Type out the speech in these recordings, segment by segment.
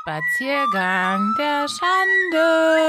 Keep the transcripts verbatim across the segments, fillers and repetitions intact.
Spaziergang der Schande.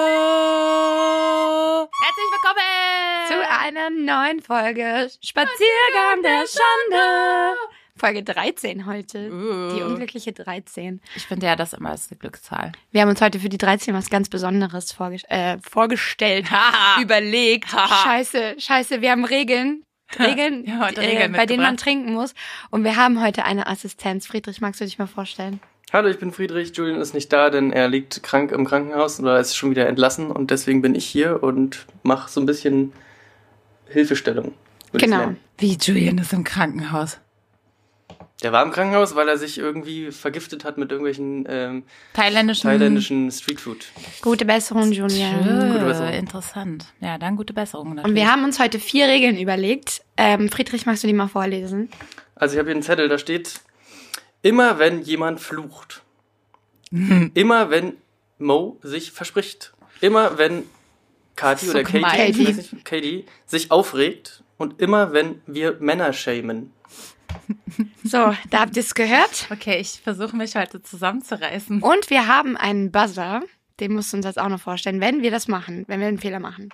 Herzlich willkommen zu einer neuen Folge Spaziergang der Schande. Folge dreizehn heute. Uh. Die unglückliche dreizehn. Ich finde ja, das immer ist eine Glückszahl. Wir haben uns heute für die dreizehn was ganz Besonderes vorge- äh, vorgestellt, überlegt. Scheiße, scheiße, wir haben Regeln. Regeln, ja, heute äh, Regeln bei denen man trinken muss. Und wir haben heute eine Assistenz. Friedrich, magst du dich mal vorstellen? Hallo, ich bin Friedrich. Julian ist nicht da, denn er liegt krank im Krankenhaus oder ist schon wieder entlassen. Und deswegen bin ich hier und mache so ein bisschen Hilfestellung. Genau. Wie, Julian ist im Krankenhaus? Der war im Krankenhaus, weil er sich irgendwie vergiftet hat mit irgendwelchen ähm, thailändischen, thailändischen Streetfood. Gute Besserung, Julian. Schön. Gute Besserung. Interessant. Ja, dann gute Besserung natürlich. Und wir haben uns heute vier Regeln überlegt. Ähm, Friedrich, magst du die mal vorlesen? Also ich habe hier einen Zettel, da steht: Immer wenn jemand flucht, immer wenn Mo sich verspricht, immer wenn Kathi So oder gemein. Katie, ich weiß nicht, Katie sich aufregt und immer wenn wir Männer shamen. So, da habt ihr es gehört. Okay, ich versuche mich heute zusammenzureißen. Und wir haben einen Buzzer, den musst du uns jetzt auch noch vorstellen, wenn wir das machen, wenn wir einen Fehler machen.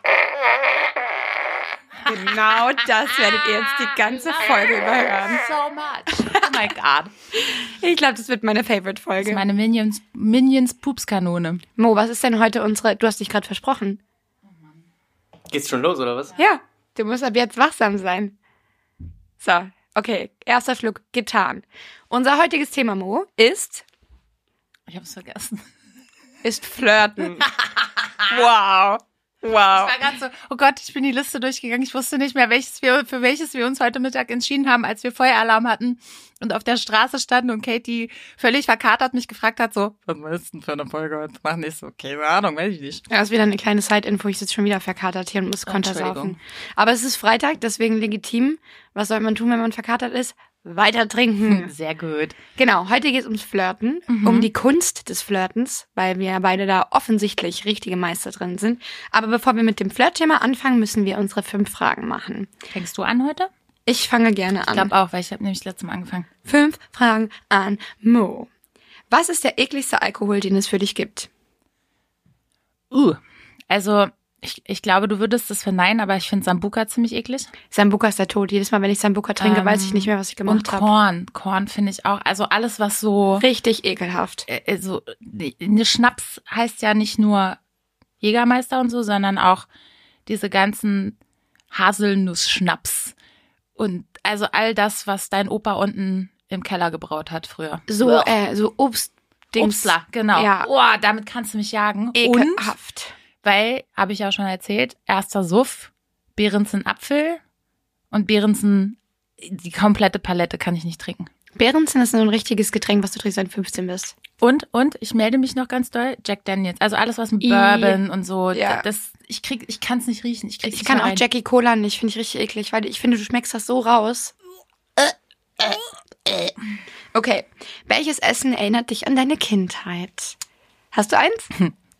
Genau das werdet ihr jetzt die ganze Folge überhören. So much. Oh my God. Ich glaube, das wird meine Das ist Favorite-Folge. meine Minions, Minions Pupskanone. Mo, was ist denn heute unsere... Du hast dich gerade versprochen. Geht's schon los, oder was? Ja, du musst ab jetzt wachsam sein. So, okay, erster Schluck getan. Unser heutiges Thema, Mo, ist... Ich habe es vergessen. Ist Flirten. Wow. Wow. Ich war gerade so, oh Gott, ich bin die Liste durchgegangen. Ich wusste nicht mehr, welches wir, für welches wir uns heute Mittag entschieden haben, als wir Feueralarm hatten und auf der Straße standen und Katie völlig verkatert mich gefragt hat, so, was willst du denn für eine Folge heute machen? Ich so, keine Ahnung, weiß ich nicht. Ja, das ist wieder eine kleine Side-Info. Ich sitze schon wieder verkatert hier und muss Konter saufen. Aber es ist Freitag, deswegen legitim. Was soll man tun, wenn man verkatert ist? Weiter trinken. Sehr gut. Genau, heute geht es ums Flirten, Mhm. um die Kunst des Flirtens, weil wir beide da offensichtlich richtige Meister drin sind. Aber bevor wir mit dem Flirtthema anfangen, müssen wir unsere fünf Fragen machen. Fängst du an heute? Ich fange gerne Ich an. glaube auch, weil ich habe nämlich letztes Mal angefangen. Fünf Fragen an Mo. Was ist der ekligste Alkohol, den es für dich gibt? Uh, also ich, ich glaube, du würdest das verneinen, aber ich finde Sambuca ziemlich eklig. Sambuca ist der Tod. Jedes Mal, wenn ich Sambuca trinke, Ähm, weiß ich nicht mehr, was ich gemacht Und habe. Korn. Korn finde ich auch. Also alles, was so... Richtig ekelhaft. äh, Also, eine Schnaps heißt ja nicht nur Jägermeister und so, sondern auch diese ganzen Haselnuss-Schnaps. Und also all das, was dein Opa unten im Keller gebraut hat früher. So, Uah. äh, so Obstdings. Obstler, genau. Ja. Oh, damit kannst du mich jagen. Und, Ekelhaft. weil, habe ich ja schon erzählt, erster Suff, Behrensen Apfel und Behrensen, die komplette Palette kann ich nicht trinken. Behrensen ist so ein richtiges Getränk, was du trinkst, wenn du fünfzehn bist. Und, und, ich melde mich noch ganz doll, Jack Daniels. Also alles, was mit I- Bourbon und so, Ja. das, ich krieg, ich kann es nicht riechen. Ich, krieg's Ich nicht kann mehr auch rein. Jackie Cola nicht, finde ich richtig eklig, weil ich finde, du schmeckst das so raus. Okay, welches Essen erinnert dich an deine Kindheit? Hast du eins?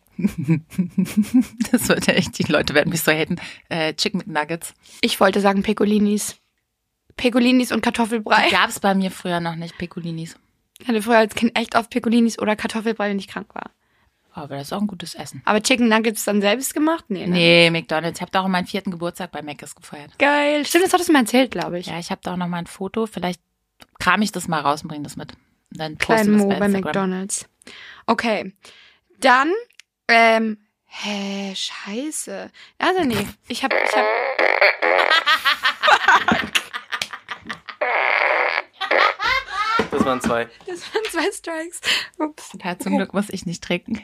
Das wird ja echt, die Leute werden mich so haten. Äh, Chicken McNuggets. Ich wollte sagen Pecolinis. Pecolinis und Kartoffelbrei. Die gab es bei mir früher noch nicht, Pecolinis. Ich hatte früher als Kind echt oft Pecolinis oder Kartoffelbrei, wenn ich krank war. Oh, aber das ist auch ein gutes Essen. Aber Chicken Nuggets dann selbst gemacht? Nee, ne? Nee, McDonald's. Ich habe da auch meinen vierten Geburtstag bei Mc's gefeiert. Geil. Stimmt, das hattest du mir erzählt, glaube ich. Ja, ich habe da auch noch mal ein Foto. Vielleicht kram ich das mal raus und bring das mit. Und dann poste Kleinen das Mo bei bei Instagram. McDonald's. Okay. Dann, ähm, hä, scheiße. Also nee, ich hab, ich hab, Das waren zwei. das waren zwei Strikes. Ups. Ja, zum Glück muss ich nicht trinken.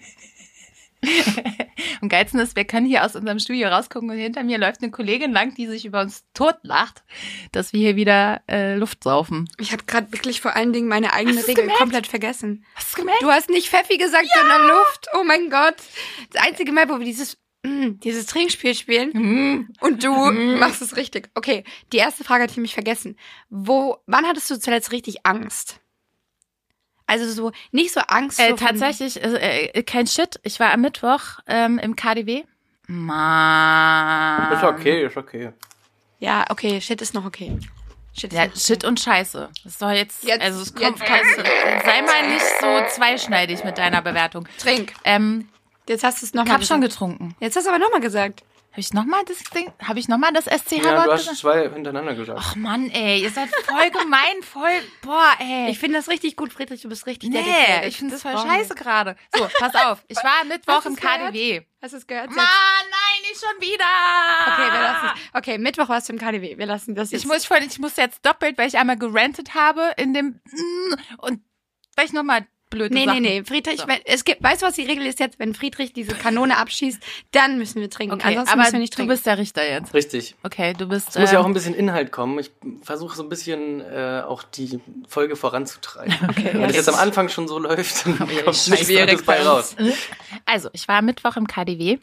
Am geilsten ist, wir können hier aus unserem Studio rausgucken und hinter mir läuft eine Kollegin lang, die sich über uns totlacht, dass wir hier wieder äh, Luft saufen. Ich habe gerade wirklich vor allen Dingen meine eigene Hast du's Regel gemerkt? komplett vergessen. Hast du gemerkt? Du hast nicht Pfeffi gesagt, sondern Luft. Oh mein Gott. Das einzige Mal, wo wir dieses, mm, dieses Trinkspiel spielen Mm. und du machst es richtig. Okay, die erste Frage hatte ich nämlich vergessen. Wo, wann hattest du zuletzt richtig Angst? Also so, nicht so Angst. Äh, so von- tatsächlich, äh, äh, kein Shit. Ich war am Mittwoch ähm, im K D W. Mann. Ist okay, ist okay. Ja, okay, shit ist noch okay. Shit, Ja, Shit und Scheiße. Das ist doch jetzt, Jetzt- also es kommt, jetzt- kannst, sei mal nicht so zweischneidig mit deiner Bewertung. Trink. Ähm, Jetzt hast du es ich nochmal habe schon gesagt. getrunken. Jetzt hast du aber nochmal gesagt. Habe ich nochmal das Ding, habe ich nochmal das S C Ja, H-Wort du hast gesagt? zwei hintereinander gesagt. Ach Mann, ey, ihr seid voll gemein, voll, boah, ey. Ich finde das richtig gut, Friedrich, du bist richtig nee, dedicated. ich finde das voll brauchen scheiße wir. gerade. So, pass auf, ich war am Mittwoch Hast im du's gehört? K D W. Hast du es gehört? Mann, nein, nicht schon wieder. Okay, wir lassen es. Okay, Mittwoch warst du im K D W. Wir lassen das jetzt. Ich muss, ich, ich muss jetzt doppelt, weil ich einmal gerantet habe in dem und weil ich nochmal blöde Nee, Sachen. nee, nee. Friedrich, So. wenn, es gibt, weißt du, was die Regel ist jetzt? Wenn Friedrich diese Kanone abschießt, dann müssen wir trinken. Okay, Ansonsten aber müssen wir nicht du trinken. bist der Richter jetzt. Richtig. Okay, du bist. Es muss ja auch ähm, ein bisschen Inhalt kommen. Ich versuche so ein bisschen äh, auch die Folge voranzutreiben. Okay, Wenn ja, es jetzt das am Anfang schon so läuft, dann kommt nichts schwierig anderes bei bei raus. Also, ich war am Mittwoch im K D W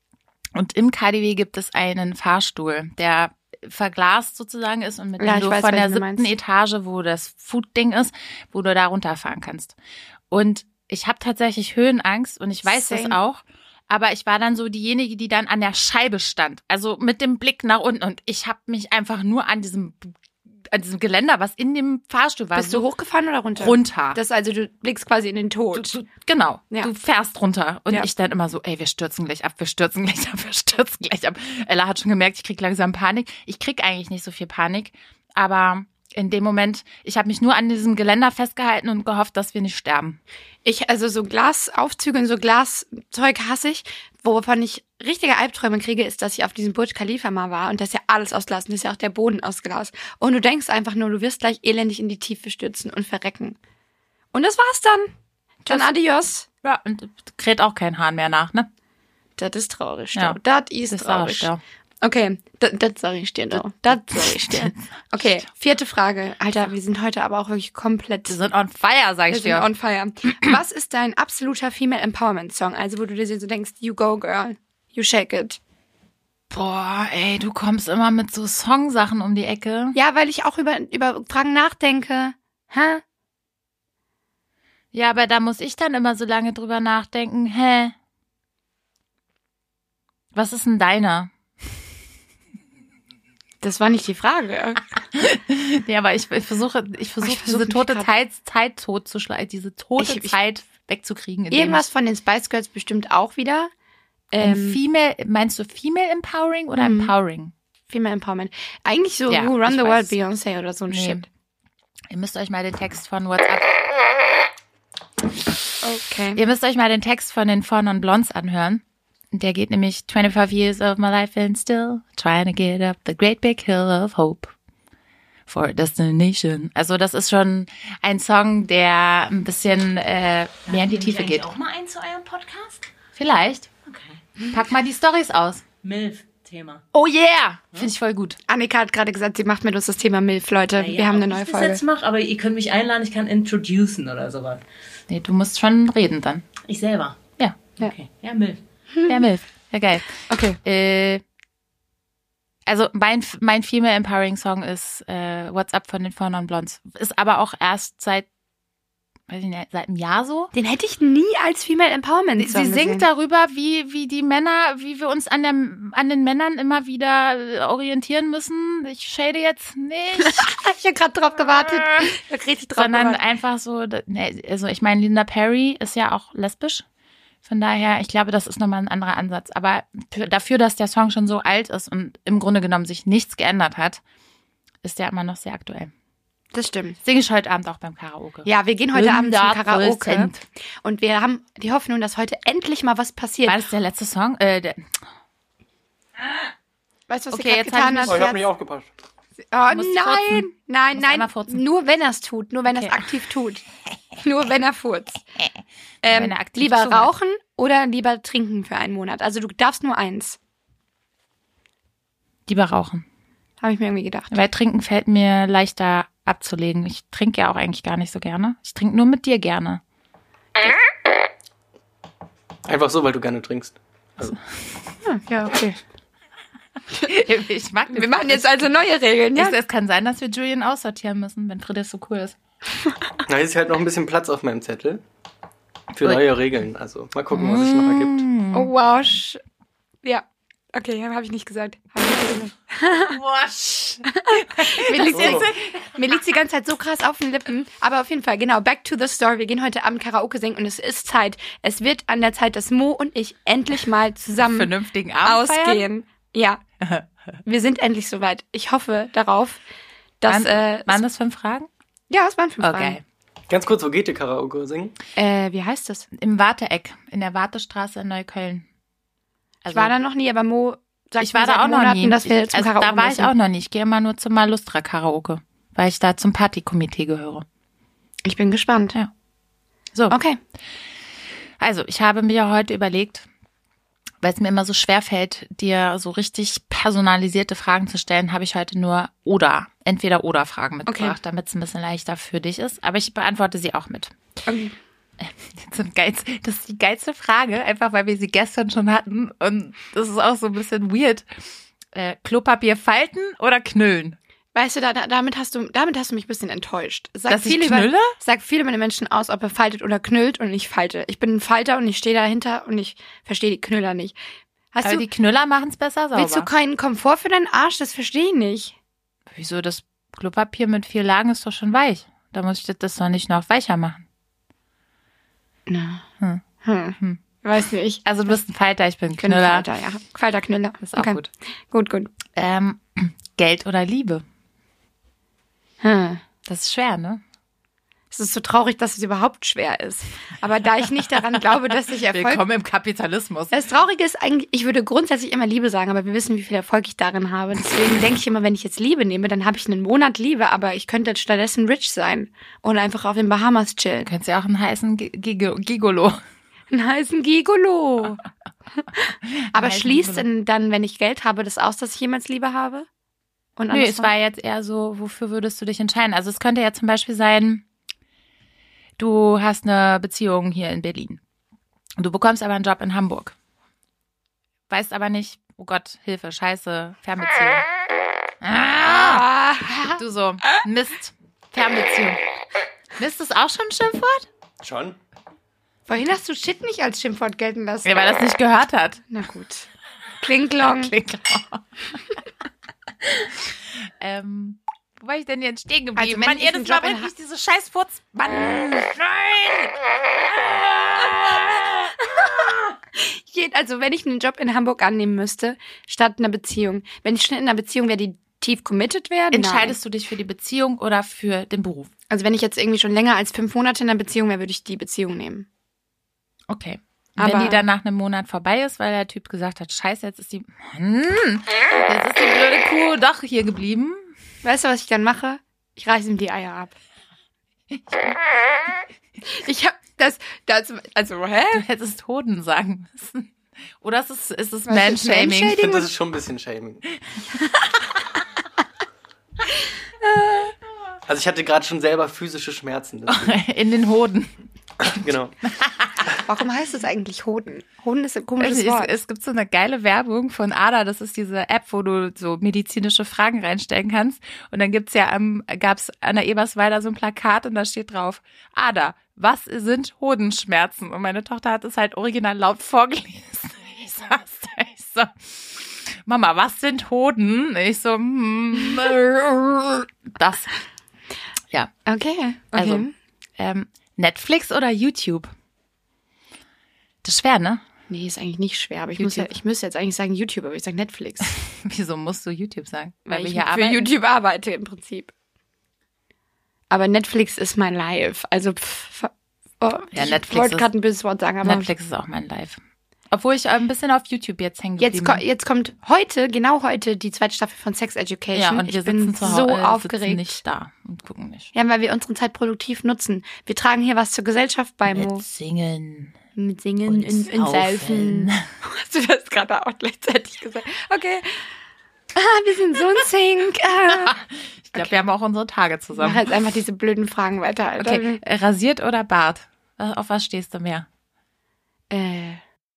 und im K D W gibt es einen Fahrstuhl, der verglast sozusagen ist und mit Ja, dem ich du weiß, von der welchen du siebten meinst. Etage, wo das Food-Ding ist, wo du da runterfahren kannst. Und ich habe tatsächlich Höhenangst und ich weiß das Same. auch. Aber ich war dann so diejenige, die dann an der Scheibe stand, also mit dem Blick nach unten. Und ich habe mich einfach nur an diesem, an diesem Geländer, was in dem Fahrstuhl war, Bist so du hochgefahren oder runter? runter. Das also, du blickst quasi in den Tod. Du, du, genau, Ja. du fährst runter. Und Ja. ich dann immer so, ey, wir stürzen gleich ab, wir stürzen gleich ab, wir stürzen gleich ab. Ella hat schon gemerkt, ich krieg langsam Panik. Ich krieg eigentlich nicht so viel Panik, aber in dem Moment, ich habe mich nur an diesem Geländer festgehalten und gehofft, dass wir nicht sterben. Ich, also so Glasaufzüge und so Glaszeug hasse ich. Wovon ich richtige Albträume kriege, ist, dass ich auf diesem Burj Khalifa mal war und das ist ja alles aus Glas und das ist ja auch der Boden aus Glas. Und du denkst einfach nur, du wirst gleich elendig in die Tiefe stürzen und verrecken. Und das war's dann. Dann Das- adios. Ja, und kräht auch kein Hahn mehr nach, ne? Das ist traurig, Ja. Stau. Das ist Das traurig. sag ich dir. Okay, das, das sage ich dir noch. Das sage ich dir. Okay, vierte Frage. Alter, wir sind heute aber auch wirklich komplett... Wir sind on fire, sag Wir ich sind dir. on fire. Was ist dein absoluter Female Empowerment Song? Also, wo du dir so denkst, you go, girl. You shake it. Boah, ey, du kommst immer mit so Songsachen um die Ecke. Ja, weil ich auch über, über Fragen nachdenke. Hä? Ja, aber da muss ich dann immer so lange drüber nachdenken. Hä? Was ist denn deiner? Das war nicht die Frage. Ja, aber ich, ich versuche, ich versuche ich versuch diese mich tote grad- Zeit, Zeit totzuschlagen, diese tote Ich- ich- Zeit wegzukriegen. indem Irgendwas von den Spice Girls bestimmt auch wieder. ich- ähm, Ähm, Female, meinst du Female Empowering oder Mhm. Empowering? Female Empowerment. Eigentlich so Ja, Who Run ich the World, weiß. Beyoncé oder so ein Nee. Shit. Ihr müsst euch mal den Text von WhatsApp, Okay. ihr müsst euch mal den Text von den Four Non Blondes anhören. Der geht nämlich twenty-five years of my life and still trying to get up the great big hill of hope for a destination. Also das ist schon ein Song, der ein bisschen äh, mehr in die Tiefe geht. auch mal ein zu eurem Podcast? Vielleicht. Okay. Pack mal die Storys aus. Milf-Thema. Oh yeah! Finde ich voll gut. Annika hat gerade gesagt, sie macht mit uns das Thema Milf, Leute. Naja, Wir haben eine ob neue ich das Folge. jetzt mache, aber ihr könnt mich einladen, ich kann introducen oder sowas. Nee, du musst schon reden dann. Ich selber. Ja. Ja. Okay. Ja, Milf. Wer Milf. Ja, geil. Okay. Äh, also mein, mein Female Empowering Song ist äh, What's Up von den Four Non Blondes. Ist aber auch erst seit, weiß ich nicht, seit einem Jahr so. Den hätte ich nie als Female Empowerment Sie Song singt gesehen. darüber, wie, wie die Männer, wie wir uns an, der, an den Männern immer wieder äh, orientieren müssen. Ich shade jetzt nicht. Ich habe gerade drauf gewartet. Ich hab richtig drauf sondern gewartet. einfach so, da- ne, also ich meine, Linda Perry ist ja auch lesbisch. Von daher, ich glaube, das ist nochmal ein anderer Ansatz. Aber für, dafür, dass der Song schon so alt ist und im Grunde genommen sich nichts geändert hat, ist der immer noch sehr aktuell. Das stimmt. Singe ich heute Abend auch beim Karaoke. Ja, wir gehen heute Abend zum hundert Karaoke. Prozent. Und wir haben die Hoffnung, dass heute endlich mal was passiert. War das der letzte Song? Äh, der, Weißt du, was Okay, ihr jetzt gerade hab getan ich mich- hast? Oh, ich habe Herz? nicht aufgepasst. Oh musst nein, furzen. nein, musst nein, einmal furzen. nur wenn er es tut, nur wenn er es Okay. aktiv tut. Nur wenn er furzt. Ähm, Wenn er aktiv lieber zuhört. rauchen oder lieber trinken für einen Monat? Also du darfst nur eins, lieber rauchen. habe ich mir irgendwie gedacht. Weil trinken fällt mir leichter abzulegen. Ich trinke ja auch eigentlich gar nicht so gerne. Ich trinke nur mit dir gerne. Einfach so, weil du gerne trinkst. Hm, ja, okay. Ich mag Wir machen jetzt also neue Regeln, ja? Es, es kann sein, dass wir Julian aussortieren müssen, wenn Friedrich so cool ist. Da ist halt noch ein bisschen Platz auf meinem Zettel für Ui. neue Regeln. Also mal gucken, was sich noch ergibt. Oh wow. sch- Ja. Okay, habe ich nicht gesagt. Hab ich nicht gesagt. Wasch. Mir liegt, So. jetzt, mir liegt die ganze Zeit so krass auf den Lippen. Aber auf jeden Fall, genau, back to the story. Wir gehen heute Abend Karaoke singen und es ist Zeit. Es wird an der Zeit, dass Mo und ich endlich mal zusammen Vernünftigen Abend feiern. ausgehen. Ja, wir sind endlich soweit. Ich hoffe darauf, dass... Waren, äh, waren das fünf Fragen? ja, es waren fünf Okay. Fragen. Ganz kurz, wo geht ihr Karaoke singen? Äh, wie heißt das? Im Warteeck, in der Wartestraße in Neukölln. Ich war da noch nie, aber Mo sagt ich war mir da seit auch noch Monaten, nie. dass wir zum also Karaoke da war müssen. ich auch noch nie. Ich gehe immer nur zum Malustra Karaoke, weil ich da zum Partykomitee gehöre. Ich bin gespannt. Ja. So, Okay. also ich habe mir heute überlegt, weil es mir immer so schwer fällt, dir so richtig personalisierte Fragen zu stellen, habe ich heute nur oder, entweder oder Fragen mitgebracht, Okay. damit es ein bisschen leichter für dich ist. Aber ich beantworte sie auch mit. okay. Das ist, geil, das ist die geilste Frage, einfach weil wir sie gestern schon hatten. Und das ist auch so ein bisschen weird. Äh, Klopapier falten oder knüllen? Weißt du, da, da, damit, hast du, damit hast du mich ein bisschen enttäuscht. Sag Dass ich viel über, knülle? sag viel über den Menschen aus, ob er faltet oder knüllt und ich falte. Ich bin ein Falter und ich stehe dahinter und ich verstehe die Knüller nicht. Hast Aber du, die Knüller machen es besser sauber. willst du keinen Komfort für deinen Arsch? Das verstehe ich nicht. Wieso? Das Klopapier mit vier Lagen ist doch schon weich. Da muss ich das doch nicht noch weicher machen. Na. Hm. Hm. Hm. Weiß nicht. Also du bist ein Falter, ich bin ein Ich bin ein Knüller. Falter, ja. Falter, Knüller. Das ist auch Okay. gut. Gut, gut. Ähm, Geld oder Liebe? Hm. Das ist schwer, ne? Es ist so traurig, dass es überhaupt schwer ist. Aber da ich nicht daran glaube, dass ich Erfolg... Willkommen im Kapitalismus. Das Traurige ist eigentlich, ich würde grundsätzlich immer Liebe sagen, aber wir wissen, wie viel Erfolg ich darin habe. Deswegen denke ich immer, wenn ich jetzt Liebe nehme, dann habe ich einen Monat Liebe, aber ich könnte stattdessen rich sein und einfach auf den Bahamas chillen. Du könntest ja auch einen heißen Gi- Gi- Gigolo. Einen heißen Gigolo. Aber heißen schließt Gigolo. denn dann, wenn ich Geld habe, das aus, dass ich jemals Liebe habe? Und Nö, andersrum? es war jetzt eher so, wofür würdest du dich entscheiden? Also es könnte ja zum Beispiel sein, du hast eine Beziehung hier in Berlin. Du bekommst aber einen Job in Hamburg. Weißt aber nicht, oh Gott, Hilfe, Scheiße, Fernbeziehung. Ah, Ah. du so, Mist, Fernbeziehung. Mist ist auch schon ein Schimpfwort? Schon? Vorhin hast du Shit nicht als Schimpfwort gelten lassen. Ja, weil er das nicht gehört hat. Na gut. Klinglong. Klingt ähm, wo war ich denn jetzt stehen geblieben? Also, wenn Mann, ich jedes einen Mal Job in bringt Ha- mich diese scheiß Furz. Mann, nein! Je- Also wenn ich einen Job in Hamburg annehmen müsste, statt einer Beziehung. Wenn ich schon in einer Beziehung wäre, die tief committed wäre, Entscheidest du dich für die Beziehung oder für den Beruf? nein. Also wenn ich jetzt irgendwie schon länger als fünf Monate in einer Beziehung wäre, würde ich die Beziehung nehmen. Okay. Und Aber- wenn die dann nach einem Monat vorbei ist, weil der Typ gesagt hat, scheiße, jetzt ist die, Mann, jetzt ist die blöde Kuh doch hier geblieben. Weißt du, was ich dann mache? Ich reiße ihm die Eier ab. Ich hab das, das, also, hä? Du hättest Hoden sagen müssen. Oder ist es, ist es Was ist Manshaming? Manshaming? Ich finde, das ist schon ein bisschen Shaming. Also ich hatte gerade schon selber physische Schmerzen. deswegen. In den Hoden. Genau. Warum heißt es eigentlich Hoden? Hoden ist ein komisches Es, Wort. es gibt so eine geile Werbung von Ada, das ist diese App, wo du so medizinische Fragen reinstellen kannst. Und dann gibt's ja am, gab's an der Eberswalder so ein Plakat und da steht drauf, Ada, was sind Hodenschmerzen? Und meine Tochter hat es halt original laut vorgelesen. Ich saß da, ich so, Mama, was sind Hoden? Ich so, hm, das. Ja, Okay, okay. also ähm, Netflix oder YouTube? Das ist schwer, ne? Nee, ist eigentlich nicht schwer, aber ich, muss ja, YouTube. ich müsste jetzt eigentlich sagen YouTube, aber ich sage Netflix. Wieso musst du YouTube sagen? Weil wir ich hier für arbeiten? YouTube arbeite im Prinzip. Aber Netflix ist mein Live. Also, pff, oh, Ja, ich Netflix wollte ist- gerade ein böses Wort sagen, aber Netflix ist auch mein Live. Obwohl ich äh, ein bisschen auf YouTube jetzt hängen jetzt, geblieben ko jetzt kommt heute, genau heute, die zweite Staffel von Sex Education. Ja, und ich wir bin sitzen zu so Hause, äh, sitzen aufgeregt. nicht da und gucken nicht. Ja, weil wir unsere Zeit produktiv nutzen. Wir tragen hier was zur Gesellschaft bei, Mo. Mit Singen. Mit Singen und und, und Saufen. Hast du das gerade auch gleichzeitig gesagt? Okay. Ah, wir sind so ein Sync. Ah. Ich glaube, wir haben auch unsere Tage Mach zusammen. jetzt einfach diese blöden Fragen weiter, Alter. Okay, äh, rasiert oder Bart? Äh, Auf was stehst du mehr? Äh.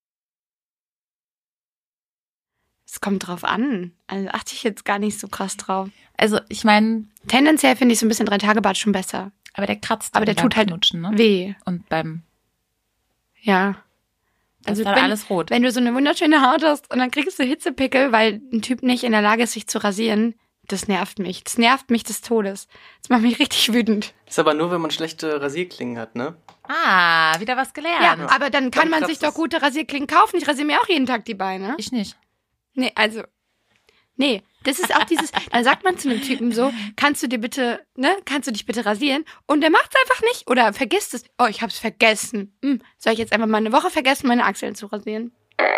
Es kommt drauf an. Also achte ich jetzt gar nicht so krass drauf. Also, ich meine, Tendenziell finde ich so ein bisschen Drei-Tage-Bart schon besser. aber der kratzt Aber dann der beim tut halt Knutschen, ne? weh. Und beim, Ja. Also wenn, dann alles rot. Wenn du so eine wunderschöne Haut hast und dann kriegst du Hitzepickel, weil ein Typ nicht in der Lage ist, sich zu rasieren, das nervt mich. Das nervt mich des Todes. Das macht mich richtig wütend. Ist aber nur, wenn man schlechte Rasierklingen hat, ne? Ah, wieder was gelernt. Ja, aber dann kann Dann man kratzt sich doch es. gute Rasierklingen kaufen. Ich rasiere mir auch jeden Tag die Beine. Ich nicht. Nee, also. Nee, das ist auch dieses, dann sagt man zu einem Typen so, kannst du dir bitte, ne, kannst du dich bitte rasieren? Und der macht's einfach nicht oder vergisst es. Oh, ich hab's vergessen. Hm, soll ich jetzt einfach mal eine Woche vergessen, meine Achseln zu rasieren?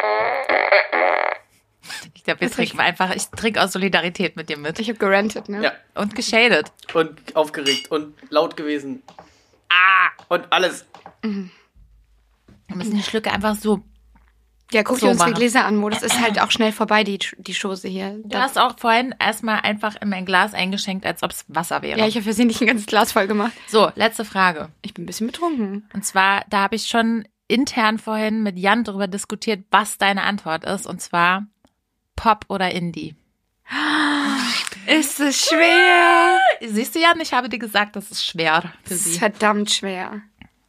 Ich glaube, wir Das trinken einfach, ich trinke aus Solidarität mit dir mit. Ich hab gerantet, ne? Ja. Und geschadet. Und aufgeregt und laut gewesen. Ah! Und alles. Wir müssen die Schlücke einfach so. Ja, guck So dir unsere machen. Gläser an, Mo. Das ist halt auch schnell vorbei, die, die Chose hier. Du hast auch vorhin erstmal einfach in mein Glas eingeschenkt, als ob es Wasser wäre. Ja, ich habe versehentlich ein ganzes Glas voll gemacht. So, letzte Frage. Ich bin ein bisschen betrunken. Und zwar, da habe ich schon intern vorhin mit Jan darüber diskutiert, was deine Antwort ist. Und zwar Pop oder Indie. Ist es schwer? Siehst du, Jan, ich habe dir gesagt, das ist schwer für Das ist sie. verdammt schwer.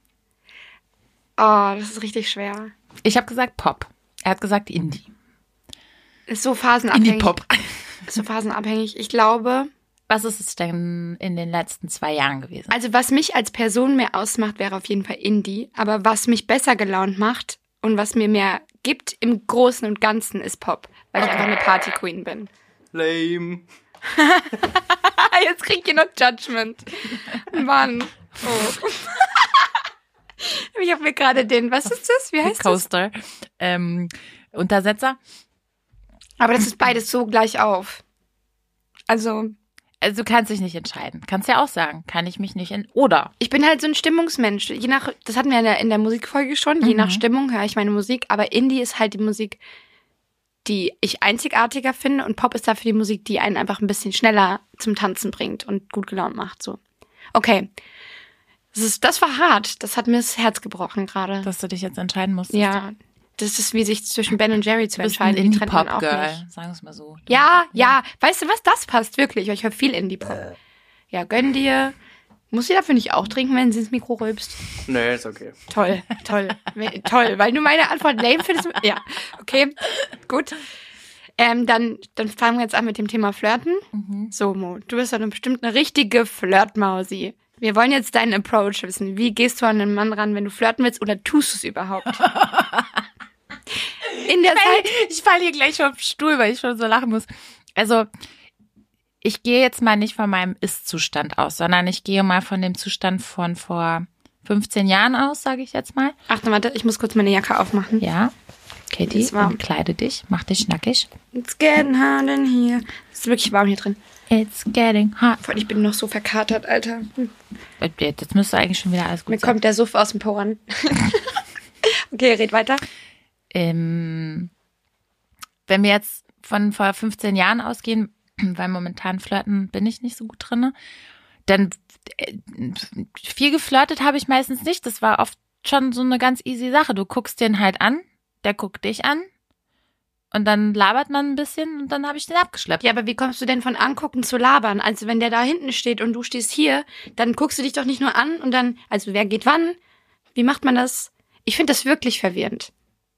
Oh, das ist richtig schwer. Ich habe gesagt Pop. Er hat gesagt Indie. Ist so phasenabhängig. Indie-Pop. Ist so phasenabhängig. Ich glaube, Was ist es denn in den letzten zwei Jahren gewesen? also was mich als Person mehr ausmacht, wäre auf jeden Fall Indie. Aber was mich besser gelaunt macht und was mir mehr gibt im Großen und Ganzen ist Pop. Weil ich einfach eine Party-Queen bin. Lame. Jetzt krieg ich noch Judgment. Mann. Oh. Ich habe mir gerade den, was ist das? Wie heißt das? Coaster. Ähm, Untersetzer. Aber das ist beides so gleich auf. Also, Also du kannst dich nicht entscheiden. Kannst ja auch sagen, kann ich mich nicht in oder. ich bin halt so ein Stimmungsmensch. Je nach, das hatten wir in der, in der Musikfolge schon, je Mhm. nach Stimmung höre ich meine Musik. Aber Indie ist halt die Musik, die ich einzigartiger finde. Und Pop ist dafür die Musik, die einen einfach ein bisschen schneller zum Tanzen bringt und gut gelaunt macht. So. Okay. Das, ist, das war hart. Das hat mir das Herz gebrochen gerade. Dass du dich jetzt entscheiden musst. Ja, das ist wie sich zwischen Ben und Jerry zu Du bist ein entscheiden. Die trennt man auch nicht. Indie-Pop-Girl, sagen wir es mal so. Ja, ja. Weißt du was? Das passt wirklich. weil Ich höre viel Indie-Pop. Ja, gönn dir. Muss sie dafür nicht auch trinken, wenn sie ins Mikro rülpst? Nee, ist okay. Toll, toll, We- toll. Weil du meine Antwort lame findest. Ja, okay, gut. Ähm, dann, dann fangen wir jetzt an mit dem Thema Flirten. So, Mo, du bist doch bestimmt eine richtige Flirtmausi. Wir wollen jetzt deinen Approach wissen. Wie gehst du an einen Mann ran, wenn du flirten willst, oder tust du es überhaupt? In der Zeit. Ich falle hier gleich vom Stuhl, weil ich schon so lachen muss. Also, ich gehe jetzt mal nicht von meinem Ist-Zustand aus, sondern ich gehe mal von dem Zustand von vor fünfzehn Jahren aus, sage ich jetzt mal. Ach, warte, ich muss kurz meine Jacke aufmachen. Ja. Katie, Ist warm. kleide dich, mach dich schnackig. It's getting hot in here. Es ist wirklich warm hier drin. It's getting hot. Vor allem, ich bin noch so verkatert, Alter. Jetzt müsste eigentlich schon wieder alles gut Mir sein. kommt der Suff aus dem Poren. Okay, red weiter. Ähm, wenn wir jetzt von vor fünfzehn Jahren ausgehen, weil momentan flirten bin ich nicht so gut drinne, dann äh, viel geflirtet habe ich meistens nicht. Das war oft schon so eine ganz easy Sache. Du guckst den halt an, der guckt dich an und dann labert man ein bisschen und dann habe ich den abgeschleppt. Ja, aber wie kommst du denn von angucken zu labern? Also wenn der da hinten steht und du stehst hier, dann guckst du dich doch nicht nur an und dann, also wer geht wann? Wie macht man das? Ich finde das wirklich verwirrend.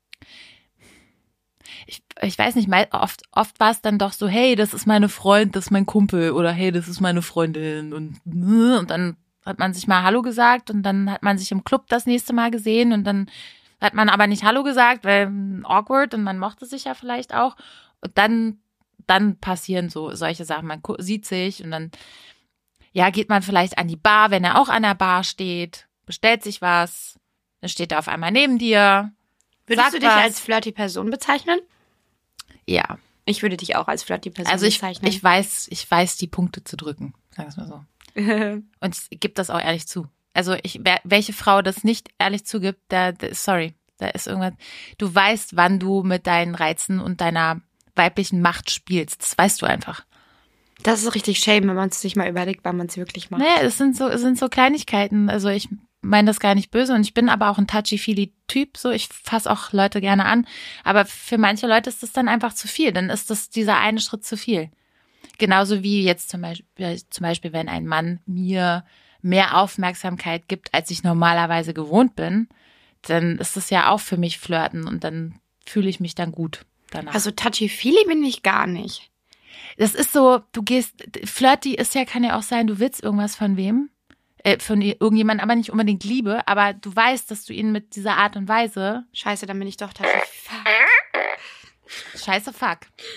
Ich, ich weiß nicht, mei- oft, oft war es dann doch so, hey, das ist meine Freund, das ist mein Kumpel oder hey, das ist meine Freundin und, und dann hat man sich mal Hallo gesagt und dann hat man sich im Club das nächste Mal gesehen und dann hat man aber nicht Hallo gesagt, weil mm, awkward und man mochte sich ja vielleicht auch und dann, dann passieren so solche Sachen, man gu- sieht sich und dann, ja, geht man vielleicht an die Bar, wenn er auch an der Bar steht, bestellt sich was, dann steht er auf einmal neben dir. Würdest sagt du dich was. als flirty Person bezeichnen? Ja. Ich würde dich auch als flirty Person Also ich, bezeichnen. ich weiß, ich weiß, die Punkte zu drücken, sagen wir es mal so. Und ich gebe das auch ehrlich zu. Also ich, wer, welche Frau das nicht ehrlich zugibt, da, da sorry, da ist irgendwas. Du weißt, wann du mit deinen Reizen und deiner weiblichen Macht spielst. Das weißt du einfach. Das ist richtig shame, wenn man es sich mal überlegt, wann man es wirklich macht. Naja, es sind so, es sind so Kleinigkeiten. Also ich meine das gar nicht böse und ich bin aber auch ein touchy-feely-Typ. So, ich fasse auch Leute gerne an. Aber für manche Leute ist das dann einfach zu viel. Dann ist das dieser eine Schritt zu viel. Genauso wie jetzt zum Beispiel, zum Beispiel, wenn ein Mann mir mehr Aufmerksamkeit gibt, als ich normalerweise gewohnt bin, dann ist das ja auch für mich Flirten und dann fühle ich mich dann gut danach. Also touchy-feely bin ich gar nicht. Das ist so, du gehst, flirty ist ja, kann ja auch sein, du willst irgendwas von wem, äh, von irgendjemandem, aber nicht unbedingt Liebe, aber du weißt, dass du ihn mit dieser Art und Weise, Scheiße, dann bin ich doch touchy-feely. scheiße, fuck,